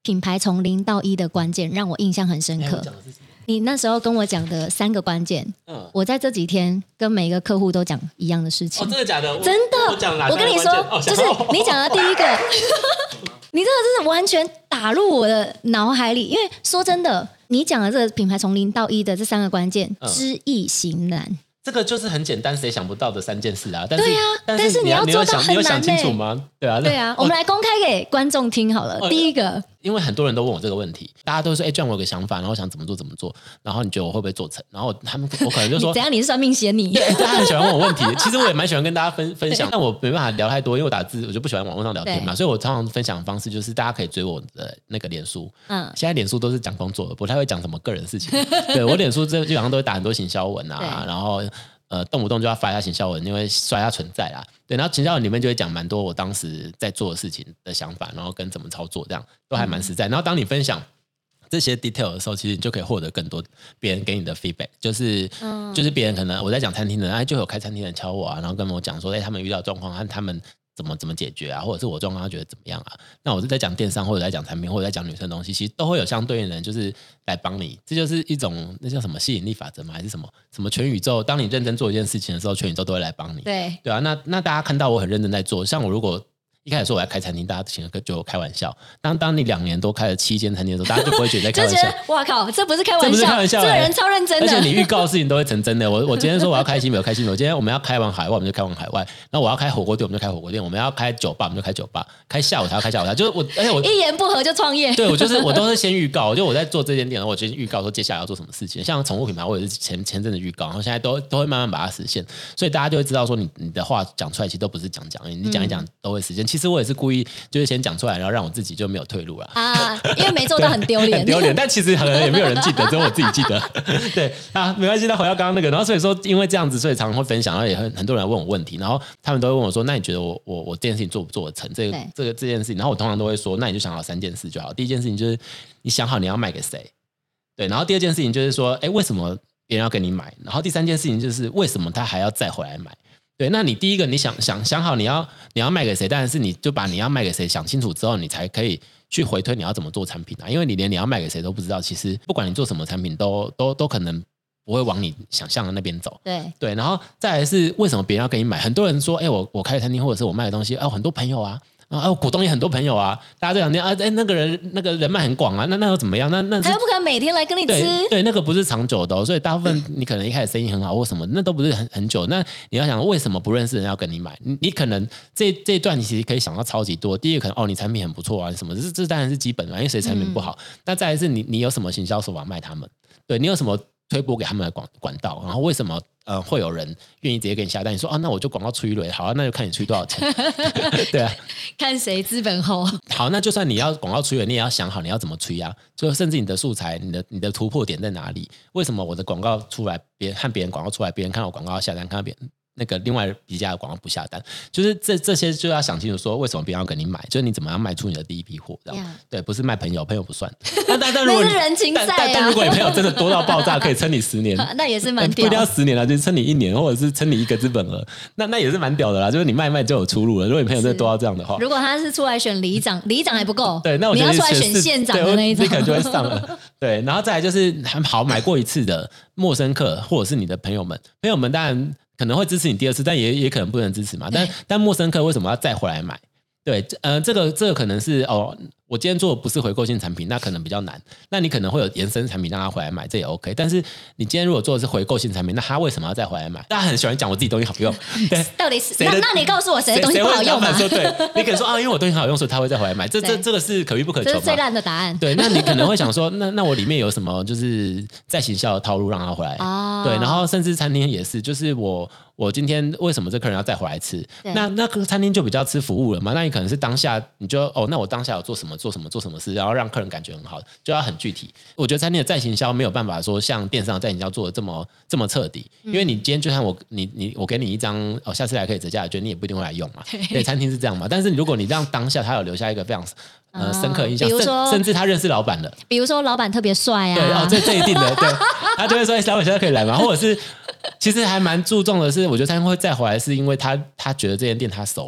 品牌从0到1的关键让我印象很深刻。你那时候跟我讲的3个关键，我在这几天跟每一个客户都讲一样的事情。 真的假的？ 真的，我跟你说，就是你讲的第一个，你这个真是完全打入我的脑海里。因为说真的，你讲的这个品牌从0到1的这3个关键，知易行难。 这个就是很简单，谁想不到的3件事啊！对啊，但是你要做到很难， 你有想清楚吗？对啊， 我们来公开给观众听好了。第一个， 因为很多人都问我这个问题，大家都说John，我有个想法，然后想怎么做，然后你觉得我会不会做成？然后我可能就说， 怎样？你是算命仙女？ 对，大家很喜欢问我问题。其实我也蛮喜欢跟大家分享，但我没办法聊太多，因为我打字我就不喜欢网络上聊天嘛，所以我常常分享的方式就是大家可以追我的那个脸书。现在脸书都是讲工作的，不太会讲什么个人事情。对，我脸书基本上都会打很多行销文啊，然后。动不动就要发一下行销文，因为刷一下存在啦。对，然后行销文里面就会讲蛮多我当时在做的事情的想法，然后跟怎么操作，这样都还蛮实在。然后当你分享这些 detail 的时候，其实你就可以获得更多别人给你的 feedback， 就是别人可能我在讲餐厅的，就有开餐厅的人敲我啊，然后跟我讲说，他们遇到状况和他们怎么解决啊，或者是我状况他觉得怎么样啊？那我是在讲电商，或者在讲产品，或者在讲女生的东西，其实都会有相对应的人就是来帮你，这就是一种那叫什么吸引力法则吗？还是什么全宇宙？当你认真做一件事情的时候，全宇宙都会来帮你。 对啊，那大家看到我很认真在做，像我如果一开始说我要开餐厅，大家就开玩笑。当你2年多开了7间餐厅的时候，大家就不会觉得在开玩笑。 就觉得哇靠，这不是开玩笑， 这不是开玩笑， 这个人超认真的。 而且你预告的事情都会成真的。我今天说我要开新北，有开新北；今天我们要开往海外，我们就开往海外。然后我要开火锅店，我们就开火锅店；我们要开酒吧，我们就开酒吧；开下午茶，开下午茶。就是而且我一言不合就创业。 对，我都是先预告，就我在做这间店，然后我先预告说接下来要做什么事情。像宠物品牌，我也是前阵的预告，然后现在都会慢慢把它实现，所以大家就会知道说你的话讲出来其实都不是讲，你讲一讲都会实现。其实我也是故意。就是先讲出来，然后让我自己就没有退路了啊！ 因为没做到很丢脸， 很丢脸。但其实可能也没有人记得，只有我自己记得。对啊，没关系。那回到刚刚那个，然后所以说，因为这样子，所以常常会分享，然后也很多人问我问题，然后他们都会问我说：“那你觉得我这件事情做不做得成？这件事情？”然后我通常都会说：“那你就想好3件事就好。第一件事情就是你想好你要卖给谁，对。然后第二件事情就是说，为什么别人要跟你买？然后第3件事情就是为什么他还要再回来买？”对，那你第一个你想好你要卖给谁，但是你就把你要卖给谁想清楚之后，你才可以去回推你要怎么做产品啊。因为你连你要卖给谁都不知道，其实不管你做什么产品都可能不会往你想象的那边走。对，然后再来是为什么别人要跟你买？很多人说，我开餐厅或者是我卖的东西，很多朋友啊。股东也很多朋友啊，大家都想听啊，那个人脉很广啊，那又怎么样？那他又不可能每天来跟你吃， 对，那个不是长久的所以大部分你可能一开始生意很好或什么，那都不是很久。那你要想为什么不认识人要跟你买？你可能这一段你其实可以想到超级多。第一个可能你产品很不错啊，什么这当然是基本的，因为谁产品不好。那再来是你有什么行销手法卖他们？对你有什么推播给他们的管道？然后为什么？会有人愿意直接给你下单？你说那我就广告吹了，好那就看你吹多少钱。对啊， 看谁资本厚。 好，那就算你要广告吹了，你也要想好你要怎么吹啊。就甚至你的素材，你的突破点在哪里？为什么我的广告出来，和别人广告出来，别人看到我广告要下单，看到别人那个另外比价的广告不下单，就是这些就要想清楚，说为什么别人要跟你买，就是你怎么样卖出你的第一批货，这样对，不是卖朋友，朋友不算。但如果那是人情债啊。 但如果你朋友真的多到爆炸，可以撑你10年， 那也是蛮屌的。 不一定要10年啦，就是撑你1年，或者是撑你1个资本额，那也是蛮屌的啦。就是你卖就有出路了。如果你朋友真的多到这样的话， 如果他是出来选里长还不够， 对，那我觉得你要出来选县长的那一种， 你可能就会上了。对，然后再来就是好买过一次的陌生客，或者是你的朋友们当然。可能会支持你第2次，但也可能不能支持嘛。但陌生客为什么要再回来买？对，这个可能是我今天做的不是回购性产品，那可能比较难。那你可能会有延伸产品让他回来买，这也 OK。但是你今天如果做的是回购性产品，那他为什么要再回来买？大家很喜欢讲我自己东西好用，对， 到底是那你告诉我谁的东西不好用吗？ 说对，你可能说因为我东西好用，所以他会再回来买。这个是可遇不可求嘛， 这是最烂的答案。 对，那你可能会想说，那我里面有什么就是在行销的套路让他回来？对，然后甚至餐厅也是，就是我今天为什么这客人要再回来吃？那个餐厅就比较吃服务了嘛。那你可能是当下你就那我当下有做什么事，然后让客人感觉很好，就要很具体。我觉得餐厅的再行销没有办法说像电商的再行销做的这么彻底，因为你今天就像我给你一张下次来可以折价的券，你也不一定会来用嘛。对，餐厅是这样嘛。但是如果你让当下他有留下一个非常深刻的印象，甚至他认识老板了， 比如说老板特别帅啊， 对这一定的，对，他就会说老板现在可以来吗？或者是其实还蛮注重的是，我觉得餐厅会再回来，是因为他觉得这间店他熟了。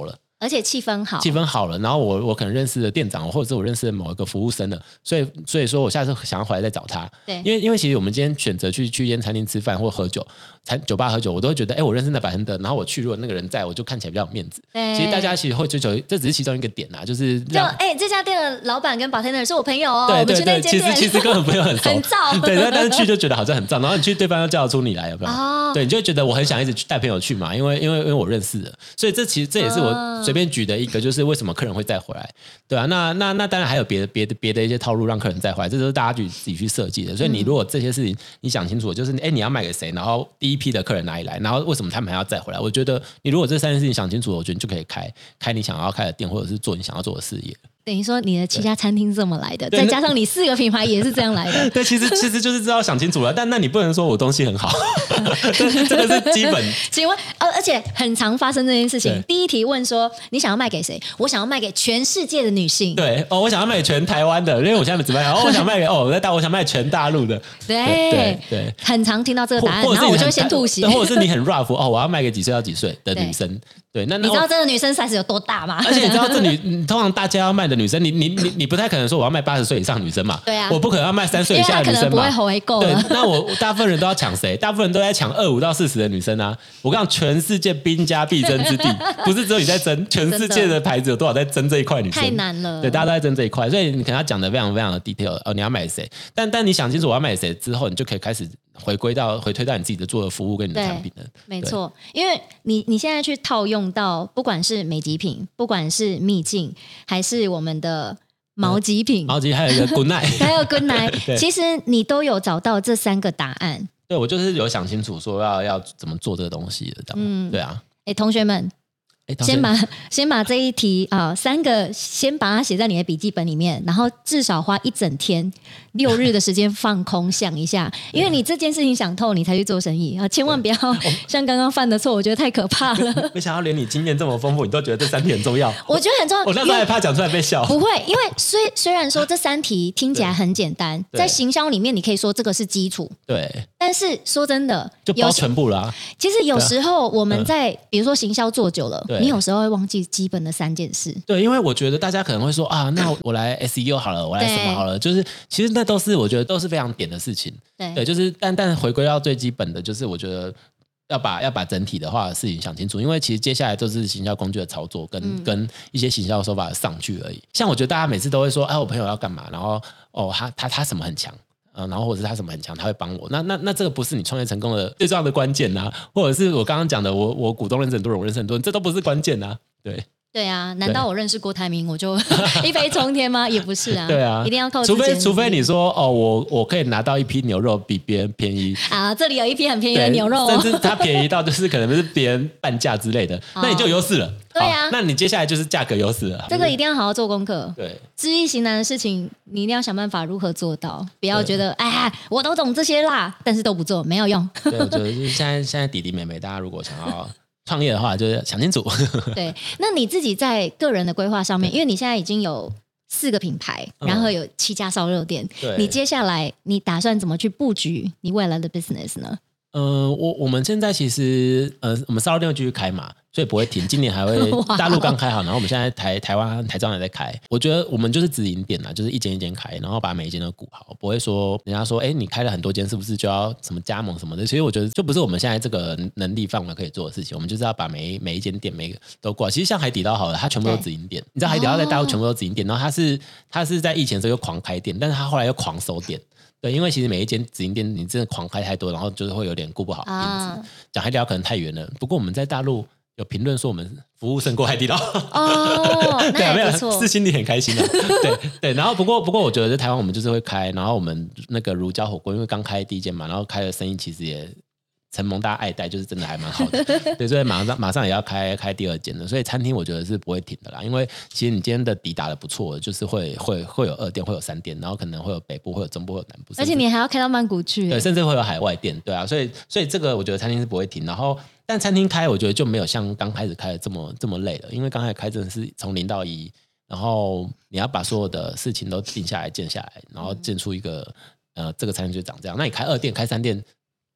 而且气氛好了，然后我可能认识了店长，或者是我认识了某一个服务生了，所以说我下次想要回来再找他。 对， 因为其实我们今天选择去一间餐厅吃饭或喝酒，酒吧喝酒，我都会觉得，我认识那bartender，然后我去，如果那个人在，我就看起来比较有面子。 对， 其实大家其实会追求，这只是其中一个点啊，就是这家店的老板跟 bartender 是我朋友哦， 对对对， 其实根本不用很熟， 很燥， 对，但是去就觉得好像很燥，然后你去对方又叫得出你来，有没有？哦，对，你就会觉得我很想一直带朋友去嘛，因为我认识了，所以这也是我随便举的一个，就是为什么客人会再回来，对啊，那当然还有别的一些套路让客人再回来，这都是大家自己去设计的，所以你如果这些事情你想清楚，就是你要卖给谁，然后第一批的客人哪里来，然后为什么他们还要再回来，我觉得你如果这3件事情想清楚，我觉得你就可以开你想要开的店，或者是做你想要做的事业。 等于说你的7家餐厅这么来的，再加上你4个品牌也是这样来的。 对，其实就是知道想清楚了，但那你不能说我东西很好，这个是基本。 请问，而且很常发生这件事情。第一题问说你想要卖给谁？我想要卖给全世界的女性。 对，我想要卖给全台湾的，因为我现在怎么样？我想卖给我想卖全大陆的。 对，很常听到这个答案，然后我就会先吐血。 或者是你很 rough 我要卖给几岁到几岁的女生。对，那你知道这个女生 size 有多大吗？ 而且你知道通常大家要卖的女生，你不太可能说我要卖80岁以上女生嘛？ 对啊， 我不可能要卖3岁以下的女生嘛？ 因为她可能不会回购了。 对，那我大部分人都要抢谁？大部分人都在抢25到40的女生啊！我跟你讲，全世界兵家必争之地，不是只有你在争，全世界的牌子有多少在争这一块女生？ 太难了。 对，大家都在争这一块，所以你可能要讲的非常非常的 detail 你要卖谁？但你想清楚我要卖谁之后，你就可以开始回推到你自己的做的服务跟你的产品了。 没错，因为你现在去套用到不管是美极品，不管是秘境，还是我们的毛极品， 毛极还有一个 Good Night， 还有 Good Night， 其实你都有找到这3个答案。 对，我就是有想清楚说要怎么做这个东西的，这样。对啊。 同学们。先把这一题3个先把它写在你的笔记本里面，然后至少花1整天6日的时间放空想一下，因为你这件事情想透，你才去做生意啊！千万不要像刚刚犯的错，我觉得太可怕了。 没想到连你经验这么丰富，你都觉得这3题很重要。 我觉得很重要。 我那时候还怕讲出来被笑。 不会，因为虽然说这3题听起来很简单，在行销里面你可以说这个是基础， 对。 但是说真的， 就包全部了。 其实有时候我们在比如说行销做久了，你有时候会忘记基本的3件事。 对，因为我觉得大家可能会说那我来 SEO 好了，我来什么好了，就是其实那都是我觉得都是非常点的事情。对，就是但回归到最基本的，就是我觉得要把整体的话事情想清楚，因为其实接下来都是行销工具的操作跟一些行销手法上去而已。像我觉得大家每次都会说，我朋友要干嘛，然后他什么很强。然后或者是他什么很强，他会帮我。那这个不是你创业成功的最重要的关键啊，或者是我刚刚讲的，我股东认识很多人，我认识很多人，这都不是关键啊。对啊，难道我认识郭台铭我就一飞冲天吗？也不是啊。 对啊， 一定要靠除非你说我可以拿到一批牛肉比别人便宜啊，这里有一批很便宜的牛肉， 甚至它便宜到就是可能是别人半价之类的，那你就有优势了。 对啊， 那你接下来就是价格优势了。 这个一定要好好做功课。 对， 知易行难的事情，你一定要想办法如何做到，不要觉得我都懂这些啦，但是都不做没有用。 对，我觉得就是现在弟弟妹妹，大家如果想要创业的话，就是想清楚。 对，那你自己在个人的规划上面，因为你现在已经有4个品牌，然后有7家烧肉店，你接下来你打算怎么去布局你未来的 business 呢？ 我们现在其实我们烧肉店会继续开嘛，所以不会停。今年还会大陆刚开好，然后我们现在台湾台中也在开。我觉得我们就是直营店啦，就是一间一间开，然后把每一间都顾好，不会说人家说你开了很多间是不是就要什么加盟什么的。其实我觉得就不是我们现在这个能力范围可以做的事情，我们就是要把每一间店每一个都顾好。其实像海底捞好了，它全部都直营店，你知道海底捞在大陆全部都直营店，然后它是在疫情的时候又狂开店，但是它后来又狂收店。对，因为其实每一间直营店你真的狂开太多，然后就是会有点顾不好品质。讲海底捞可能太远了，不过我们在大陆有评论说我们服务胜过海底捞。对啊，没有是心里很开心的。对，然后不过我觉得在台湾我们就是会开，然后我们那个如椒火锅因为刚开第1间嘛，然后开的生意其实也承蒙大家爱戴，就是真的还蛮好的。对，所以马上也要开第2间的，所以餐厅我觉得是不会停的啦。因为其实你今天的底打得不错，就是会有2店，会有3店，然后可能会有北部，会有中部，会有南部， 而且你还要开到曼谷去， 对，甚至会有海外店，对啊。所以这个我觉得餐厅是不会停。然后但餐厅开，我觉得就没有像刚开始开的这么累了，因为刚开始开真的是从0到1，然后你要把所有的事情都定下来、建下来，然后建出一个这个餐厅就长这样。那你开2店、开3店。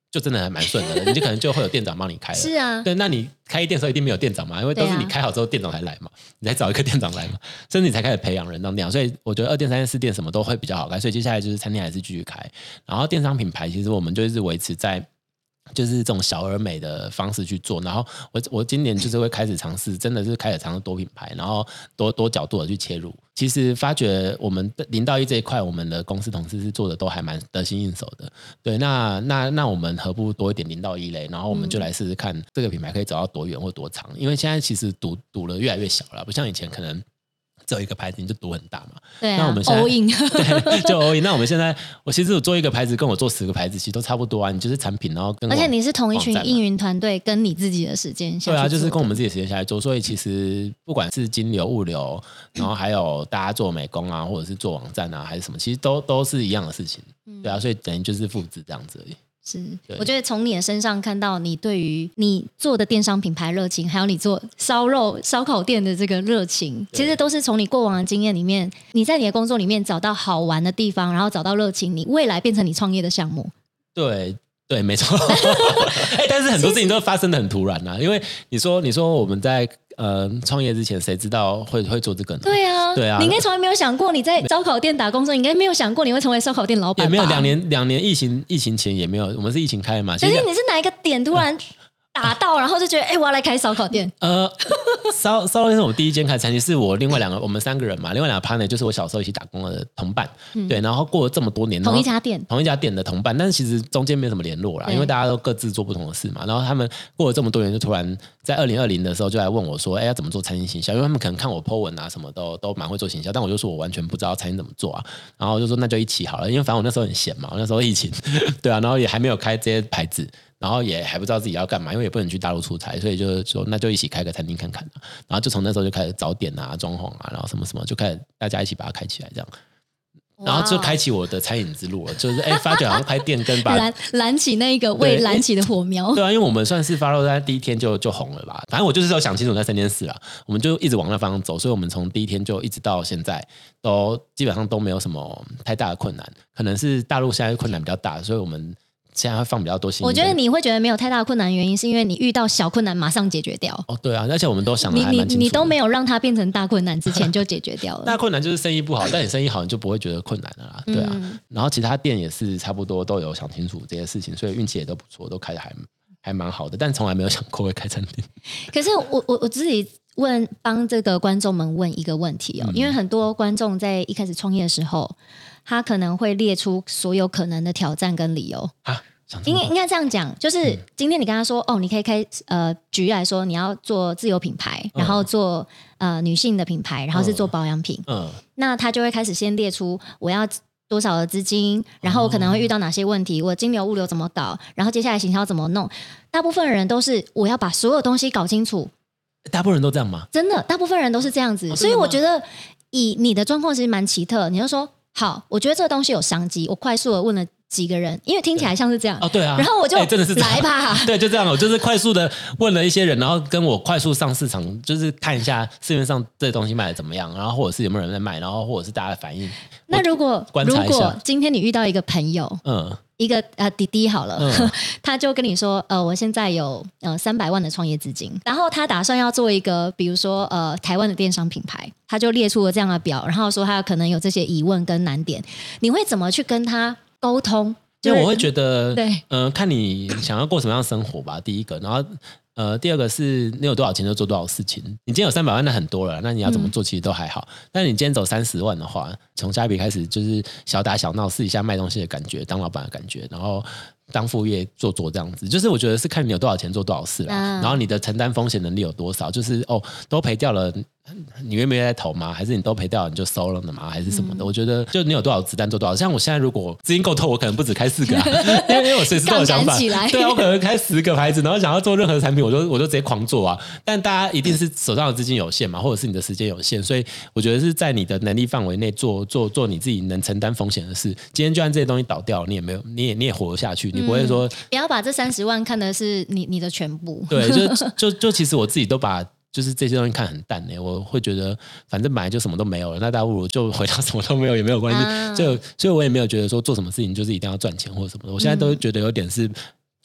就真的还蛮顺的，你就可能就会有店长帮你开了。 是啊， 对，那你开店的时候一定没有店长嘛，因为都是你开好之后店长才来嘛，你才找一个店长来嘛，甚至你才开始培养人当店长。所以我觉得2店、3店、4店什么都会比较好开，所以接下来就是餐厅还是继续开，然后电商品牌其实我们就一直维持在就是这种小而美的方式去做，然后我今年就是会开始尝试，真的是开始尝试多品牌，然后多角度的去切入。其实发觉我们0到1这一块，我们的公司同事是做的都还蛮得心应手的。对，那我们何不多一点0到1类，然后我们就来试试看这个品牌可以走到多远或多长。因为现在其实赌了越来越小了，不像以前可能只有一个牌子你就赌很大嘛。 对啊， 那我们现在 all in 对，就 all in。那我们现在，其实我做一个牌子跟我做10个牌子其实都差不多啊。你就是产品，然后跟而且你是同一群运营团队，跟你自己的时间下去做的。 对啊，就是跟我们自己的时间下来做。所以其实不管是金流、物流，然后还有大家做美工啊，或者是做网站啊，还是什么，其实都是一样的事情。对啊，所以等于就是复制这样子而已。 是，我觉得从你的身上看到你对于你做的电商品牌热情，还有你做烧烤店的这个热情，其实都是从你过往的经验里面，你在你的工作里面找到好玩的地方，然后找到热情，你未来变成你创业的项目。 对，没错。但是很多事情都发生的很突然啊，因为你说我们在创业之前，谁知道会做这个呢？ 对啊，你应该从来没有想过你在烧烤店打工的时候，你应该没有想过你会成为烧烤店老板吧？ 也没有两年疫情前也没有，我们是疫情开的嘛。 可是你是哪一个点突然打到，然后就觉得我要来开烧烤店？ 烧烤店是我们第一间开的餐厅，是我另外2个，我们3个人嘛，另外2个 partner 就是我小时候一起打工的同伴，对，然后过了这么多年， 同一家店的同伴，但是其实中间没有什么联络啦，因为大家都各自做不同的事嘛。然后他们过了这么多年，就突然在2020的时候就来问我说：“要怎么做餐厅行销？”因为他们可能看我 po 文啊什么都蛮会做行销，但我就说我完全不知道餐厅怎么做啊。然后我就说那就一起好了，因为反正我那时候很闲嘛，我那时候疫情，对啊，然后也还没有开这些牌子。然后也还不知道自己要干嘛，因为也不能去大陆出差，所以就说那就一起开个餐厅看看。然后就从那时候就开始找点啊、装潢啊，然后什么什么，就开始大家一起把它开起来这样。然后就开启我的餐饮之路了，就是发觉好像开店跟把燃起那个未燃起的火苗。 对啊，因为我们算是follow在第一天就红了吧。反正我就是要想清楚那3件事啦，我们就一直往那方向走，所以我们从第一天就一直到现在都基本上都没有什么太大的困难，可能是大陆现在困难比较大，所以我们现在会放比较多心。 我觉得你会觉得没有太大的困难，原因是因为你遇到小困难马上解决掉。 对啊，而且我们都想得还蛮清楚的。 你都没有让它变成大困难之前就解决掉了。 大困难就是生意不好，但你生意好，你就不会觉得困难了啦。对啊，然后其他店也是差不多都有想清楚这些事情，所以运气也都不错，都开得还蛮好的，但从来没有想过会开餐厅。 可是我自己帮这个观众们问一个问题因为很多观众在一开始创业的时候，他可能会列出所有可能的挑战跟理由啊。应该这样讲，就是今天你跟他说你可以举例来说，你要做自有品牌，然后做女性的品牌，然后是做保养品，那他就会开始先列出我要多少的资金，然后我可能会遇到哪些问题，我金流物流怎么搞，然后接下来行销怎么弄。大部分人都是我要把所有东西搞清楚。 大部分人都这样吗？ 真的，大部分人都是这样子，所以我觉得以你的状况其实蛮奇特。你就说好，我觉得这个东西有商机，我快速的问了几个人，因为听起来像是这样对啊， 然后我就真的是来吧， 对，就这样，我就是快速的问了一些人，然后跟我快速上市场，就是看一下市面上这东西卖的怎么样，然后或者是有没有人在卖，然后或者是大家的反应。 那如果今天你遇到一个朋友，一个弟弟好了，他就跟你说，我现在有300万的创业资金，然后他打算要做一个，比如说台湾的电商品牌，他就列出了这样的表，然后说他可能有这些疑问跟难点，你会怎么去跟他沟通？ 因为我会觉得， 对， 看你想要过什么样的生活吧，第一个，然后第二个是你有多少钱就做多少事情。你今天有300万那很多了，那你要怎么做其实都还好。但是你今天走30万的话，从下一笔开始就是小打小闹，试一下卖东西的感觉，当老板的感觉，然后当副业做这样子，就是我觉得是看你有多少钱做多少事啦，然后你的承担风险能力有多少，就是都赔掉了，你愿不愿意再投吗？还是你都赔掉了你就收了的吗？还是什么的？我觉得就你有多少子弹做多少。像我现在如果资金够透，我可能不止开4个因为我随时都有想法。对啊，我可能开10个牌子，然后想要做任何产品，我就直接狂做啊。但大家一定是手上的资金有限嘛，或者是你的时间有限，所以我觉得是在你的能力范围内做你自己能承担风险的事。今天就算这些东西倒掉，你也活得下去，你不会说不要把这30万看的是你的全部。 对，就其实我自己都把就是这些东西看很淡我会觉得反正本来就什么都没有了，那倒不如就回到什么都没有也没有关系。所以我也没有觉得说做什么事情就是一定要赚钱或者什么的。我现在都觉得有点是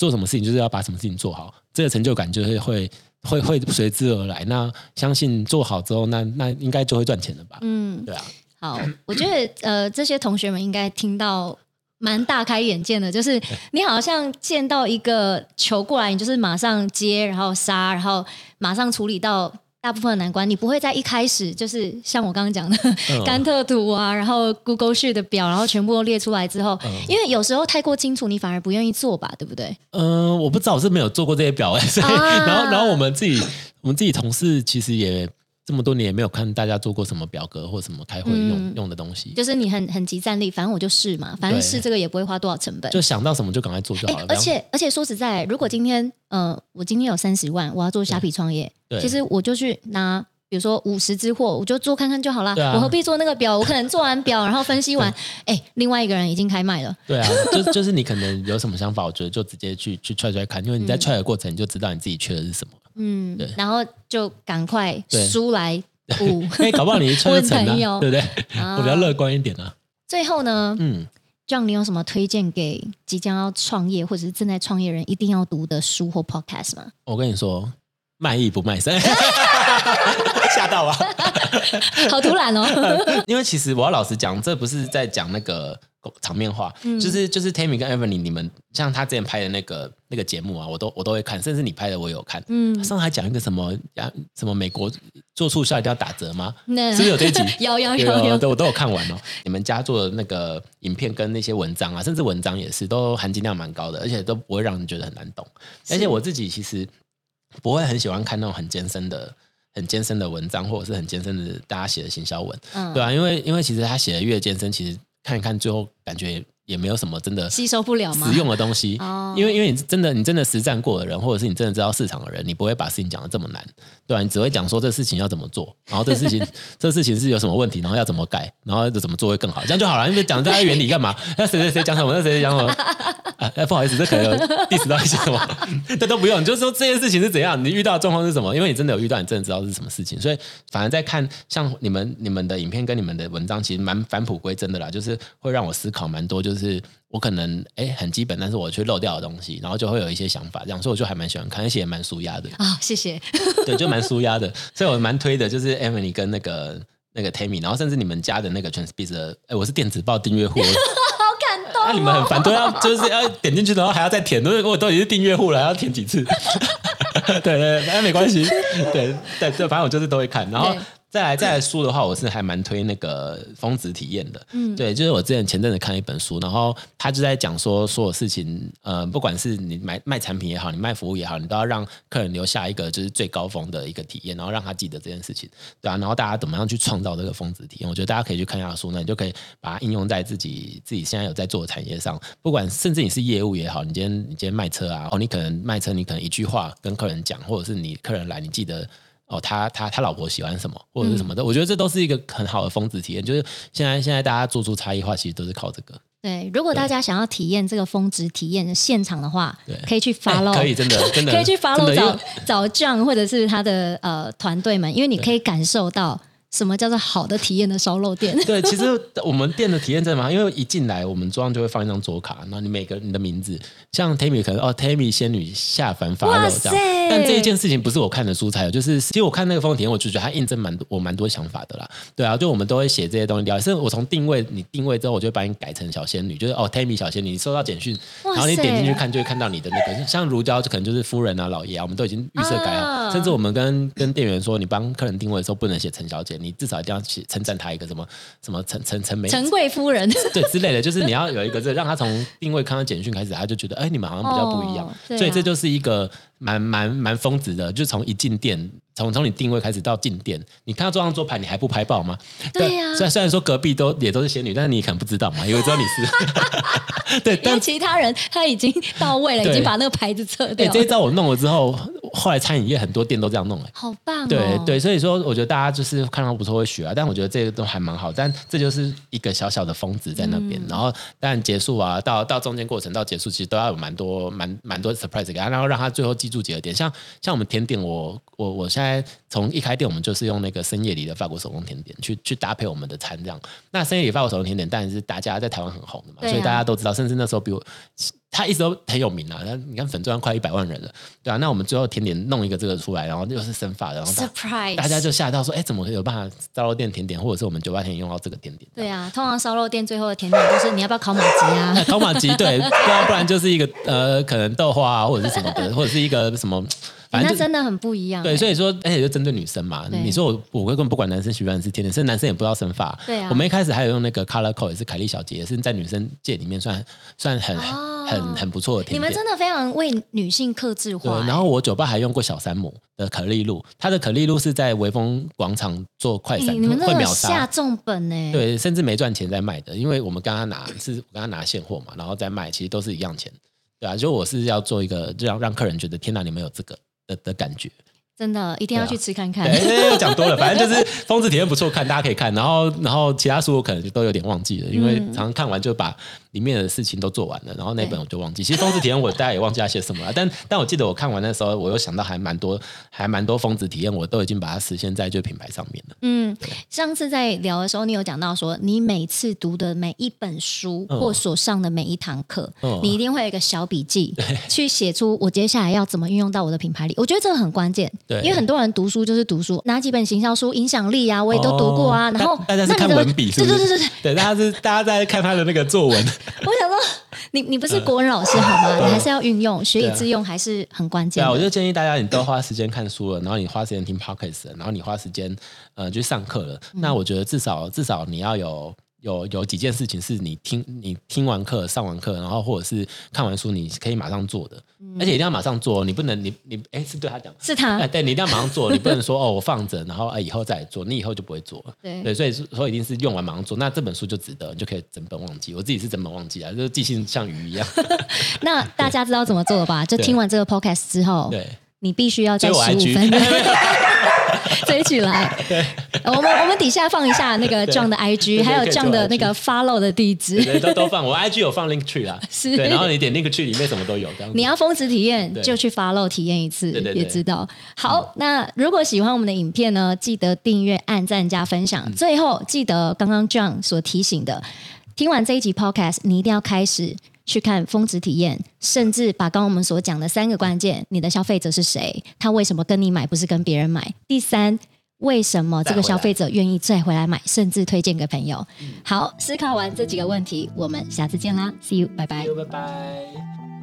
做什么事情就是要把什么事情做好，这个成就感就是会随之而来。那相信做好之后，那应该就会赚钱了吧？对啊。 好，我觉得这些同学们应该听到蛮大开眼界的，就是你好像见到一个球过来，你就是马上接，然后杀，然后马上处理到大部分的难关，你不会在一开始就是像我刚刚讲的甘特图啊，然后 Google Sheet 的表，然后全部都列出来之后，因为有时候太过清楚，你反而不愿意做吧，对不对？ 我不知道，我是没有做过这些表，所以然后我们自己同事其实也这么多年也没有看大家做过什么表格或什么开会用的东西， 就是你很集战力，反正我就试嘛，反正试这个也不会花多少成本， 就想到什么就赶快做就好了。 而且说实在，如果今天我今天有30万，我要做虾皮创业，其实我就去拿比如说50支货，我就做看看就好了，我何必做那个表？我可能做完表然后分析完，另外一个人已经开卖了。对啊， 就是你可能有什么想法，我觉得就直接去踹看，因为你在踹的过程你就知道你自己缺的是什么。对， 然后就赶快书来补， 搞不好你一踹就成了，对不对？我比较乐观一点啊。 最后呢，John，你有什么推荐给即将要创业或者是正在创业人一定要读的书或 podcast 吗？ 我跟你说，卖艺不卖身，吓到吧？ 好突然哦！ 因为其实我要老实讲，这不是在讲那个场面话，就是 Tammy 跟 Evelyn 你们像他之前拍的那个节目啊，我都会看，甚至你拍的我也有看。上次还讲一个什么美国做促销一定要打折吗？是不是有这一集？ 有， 我都有看完哦。你们家做的那个影片跟那些文章啊，甚至文章也是都含金量蛮高的，而且都不会让人觉得很难懂。而且我自己其实不会很喜欢看那种很艰深的文章，或者是很艰深的大家写的行销文，对啊，因为其实他写的越艰深，其实看一看最后感觉也没有什么真的吸收不了吗？ 实用的东西，因为你真的实战过的人，或者是你真的知道市场的人，你不会把事情讲得这么难，对吧？你只会讲说这事情要怎么做，然后这事情是有什么问题，然后要怎么改，然后怎么做会更好，这样就好了。因为讲这些原理干嘛？那谁讲什么？那谁讲什么？不好意思，这可能有 diss 到一些什么，这都不用，你就说这件事情是怎样，你遇到的状况是什么，因为你真的有遇到，你真的知道是什么事情，所以反而在看像你们的影片跟你们的文章，其实蛮返璞归真的啦，就是会让我思考蛮多，就是我可能很基本，但是我却漏掉的东西，然后就会有一些想法，这样，所以我就还蛮喜欢看，而且也蛮舒压的啊，谢谢， 对，就蛮舒压的，所以我蛮推的，就是 Emily 跟那个 Tammy， 然后甚至你们家的那个 Transbiz 的，我是电子报订阅户。你们很烦，就是要点进去，然后还要再填，我都已经是订阅户了，还要填几次？对，没关系，对，反正我就是都会看，然后。再来书的话，我是还蛮推那个峰值体验的，对，就是我前阵子看一本书，然后他就在讲说所有事情，不管是你卖产品也好，你卖服务也好，你都要让客人留下一个就是最高峰的一个体验，然后让他记得这件事情，对啊，然后大家怎么样去创造这个峰值体验？我觉得大家可以去看一下书，那你就可以把它应用在自己现在有在做的产业上，不管甚至你是业务也好，你今天卖车啊，你可能卖车，你可能一句话跟客人讲，或者是你客人来，你记得。他老婆喜欢什么或者是什么的，我觉得这都是一个很好的峰值体验。就是现在大家做出差异化，其实都是靠这个。 对，如果大家想要体验这个峰值体验的现场的话，可以去 follow， 可以真的可以去 follow 找 John 或者是他的团队们，因为你可以感受到。什么叫做好的体验的烧肉店？ 对，其实我们店的体验真的蛮好，因为一进来我们桌上就会放一张桌卡，然后你每个人的名字，像 Tammy 可能Tammy 仙女下凡发肉这样，但这一件事情不是我看的书才有，就是其实我看那个风体验，我就觉得它印证我蛮多想法的啦。对啊，就我们都会写这些东西聊，甚至我从你定位之后，我就会把你改成小仙女，就是Tammy 小仙女，你收到简讯，然后你点进去看，就会看到你的那个，像如胶就可能就是夫人啊、老爷啊，我们都已经预设改好，甚至我们跟店员说，你帮客人定位的时候不能写陈小姐。你至少一定要称赞他一个什么陈贵夫人对之类的，就是你要有一个让他从定位看到简讯开始，他就觉得你们好像比较不一样，所以这就是一个蛮峰值的，就从一进店。从你定位开始到进店，你看到桌上桌牌，你还不拍爆吗？ 对呀、 虽然说隔壁也都是仙女，但是你可能不知道嘛，以为知道你是。对， 因为其他人他已经到位了，已经把那个牌子撤掉了。 这一招我弄了之后，后来餐饮业很多店都这样弄， 好棒哦！ 对，所以说我觉得大家就是看到不错会学啊，但我觉得这个都还蛮好，但这就是一个小小的峰值在那边，然后当然结束啊，到中间过程到结束，其实都要有蛮多 surprise 给他，然后让他最后记住几个点，像我们甜点，我现在从一开店，我们就是用那个深夜里的法国手工甜点去搭配我们的餐这样。那深夜里法国手工甜点当然是大家在台湾很红的嘛，所以大家都知道，甚至那时候比我它一直都很有名啊，你看粉专快100万人了，对啊，那我们最后甜点弄一个这个出来，然后又是生发的，然后 surprise， 大家就吓到说，怎么有办法烧肉店甜点，或者是我们酒吧甜点用到这个甜点？ 对啊，通常烧肉店最后的甜点都是你要不要烤马吉啊？ 烤马吉对，不然就是一个可能豆花啊，或者是什么的，或者是一个什么。 那真的很不一样。 对，所以说，而且就针对女生嘛。你说我根本不管男生喜欢吃甜点，甚至男生也不知道生发。 对啊。 我们一开始还有用那个 Color Code， 也是凯莉小姐，也是在女生界里面算很不错的甜点。 你们真的非常为女性客制化。 对，然后我酒吧还用过小山姆的可丽露，它的可丽露是在微风广场做快闪， 你们会秒杀， 下重本呢。 对，甚至没赚钱在卖的，因为我们跟他拿现货嘛，然后再卖，其实都是一样钱。对啊，就我是要做一个让客人觉得天哪，你们有这个的感觉， 真的一定要去吃看看。 对，讲多了，反正就是疯子体验不错看，大家可以看。然后其他书我可能都有点忘记了，因为常常看完就把里面的事情都做完了，然后那本我就忘记。其实疯子体验我大家也忘记他写什么了，但我记得我看完的时候，我又想到还蛮多疯子体验，我都已经把它实现在就品牌上面了。 上次在聊的时候，你有讲到说，你每次读的每一本书或所上的每一堂课，你一定会有一个小笔记，去写出我接下来要怎么运用到我的品牌里。我觉得这个很关键，因为很多人读书就是读书，哪几本行销书、影响力啊，我也都读过啊。然后大家是看文笔，是不是？ 对， 大家在看他的那个作文。 我想说，你不是国文老师好吗？你还是要运用，学以致用还是很关键的。 我就建议大家，你都花时间看书了，然后你花时间听 podcast， 然后你花时间去上课了，那我觉得至少你要有几件事情是你听完课、上完课，然后或者是看完书，你可以马上做的，而且一定要马上做，你不能是对他讲， 是他， 对，你一定要马上做，你不能说我放着，然后以后再做，你以后就不会做了。对，所以说一定是用完马上做，那这本书就值得，你就可以整本忘记。我自己是整本忘记啊，就是记性像鱼一样。 那大家知道怎么做了吧？就听完这个 podcast 之后， 对， 你必须要在15分追起来。对，我们底下放一下那个 John 的 IG， 还有 John 的那个 follow 的地址， 对，都放。我 IG 有放 Linktree 啦，是，对，然后你点 Linktree 里面什么都有。 你要疯子体验就去 follow 体验一次，也知道。好，那如果喜欢我们的影片呢，记得订阅、按赞、加分享。最后记得刚刚 John 所提醒的，听完这一集 podcast， 你一定要开始去看峰值体验，甚至把刚刚我们所讲的3个关键，你的消费者是谁，他为什么跟你买不是跟别人买，第3，为什么这个消费者愿意再回来买，甚至推荐给朋友。好，思考完这几个问题，我们下次见啦， See you， 拜拜。 拜拜。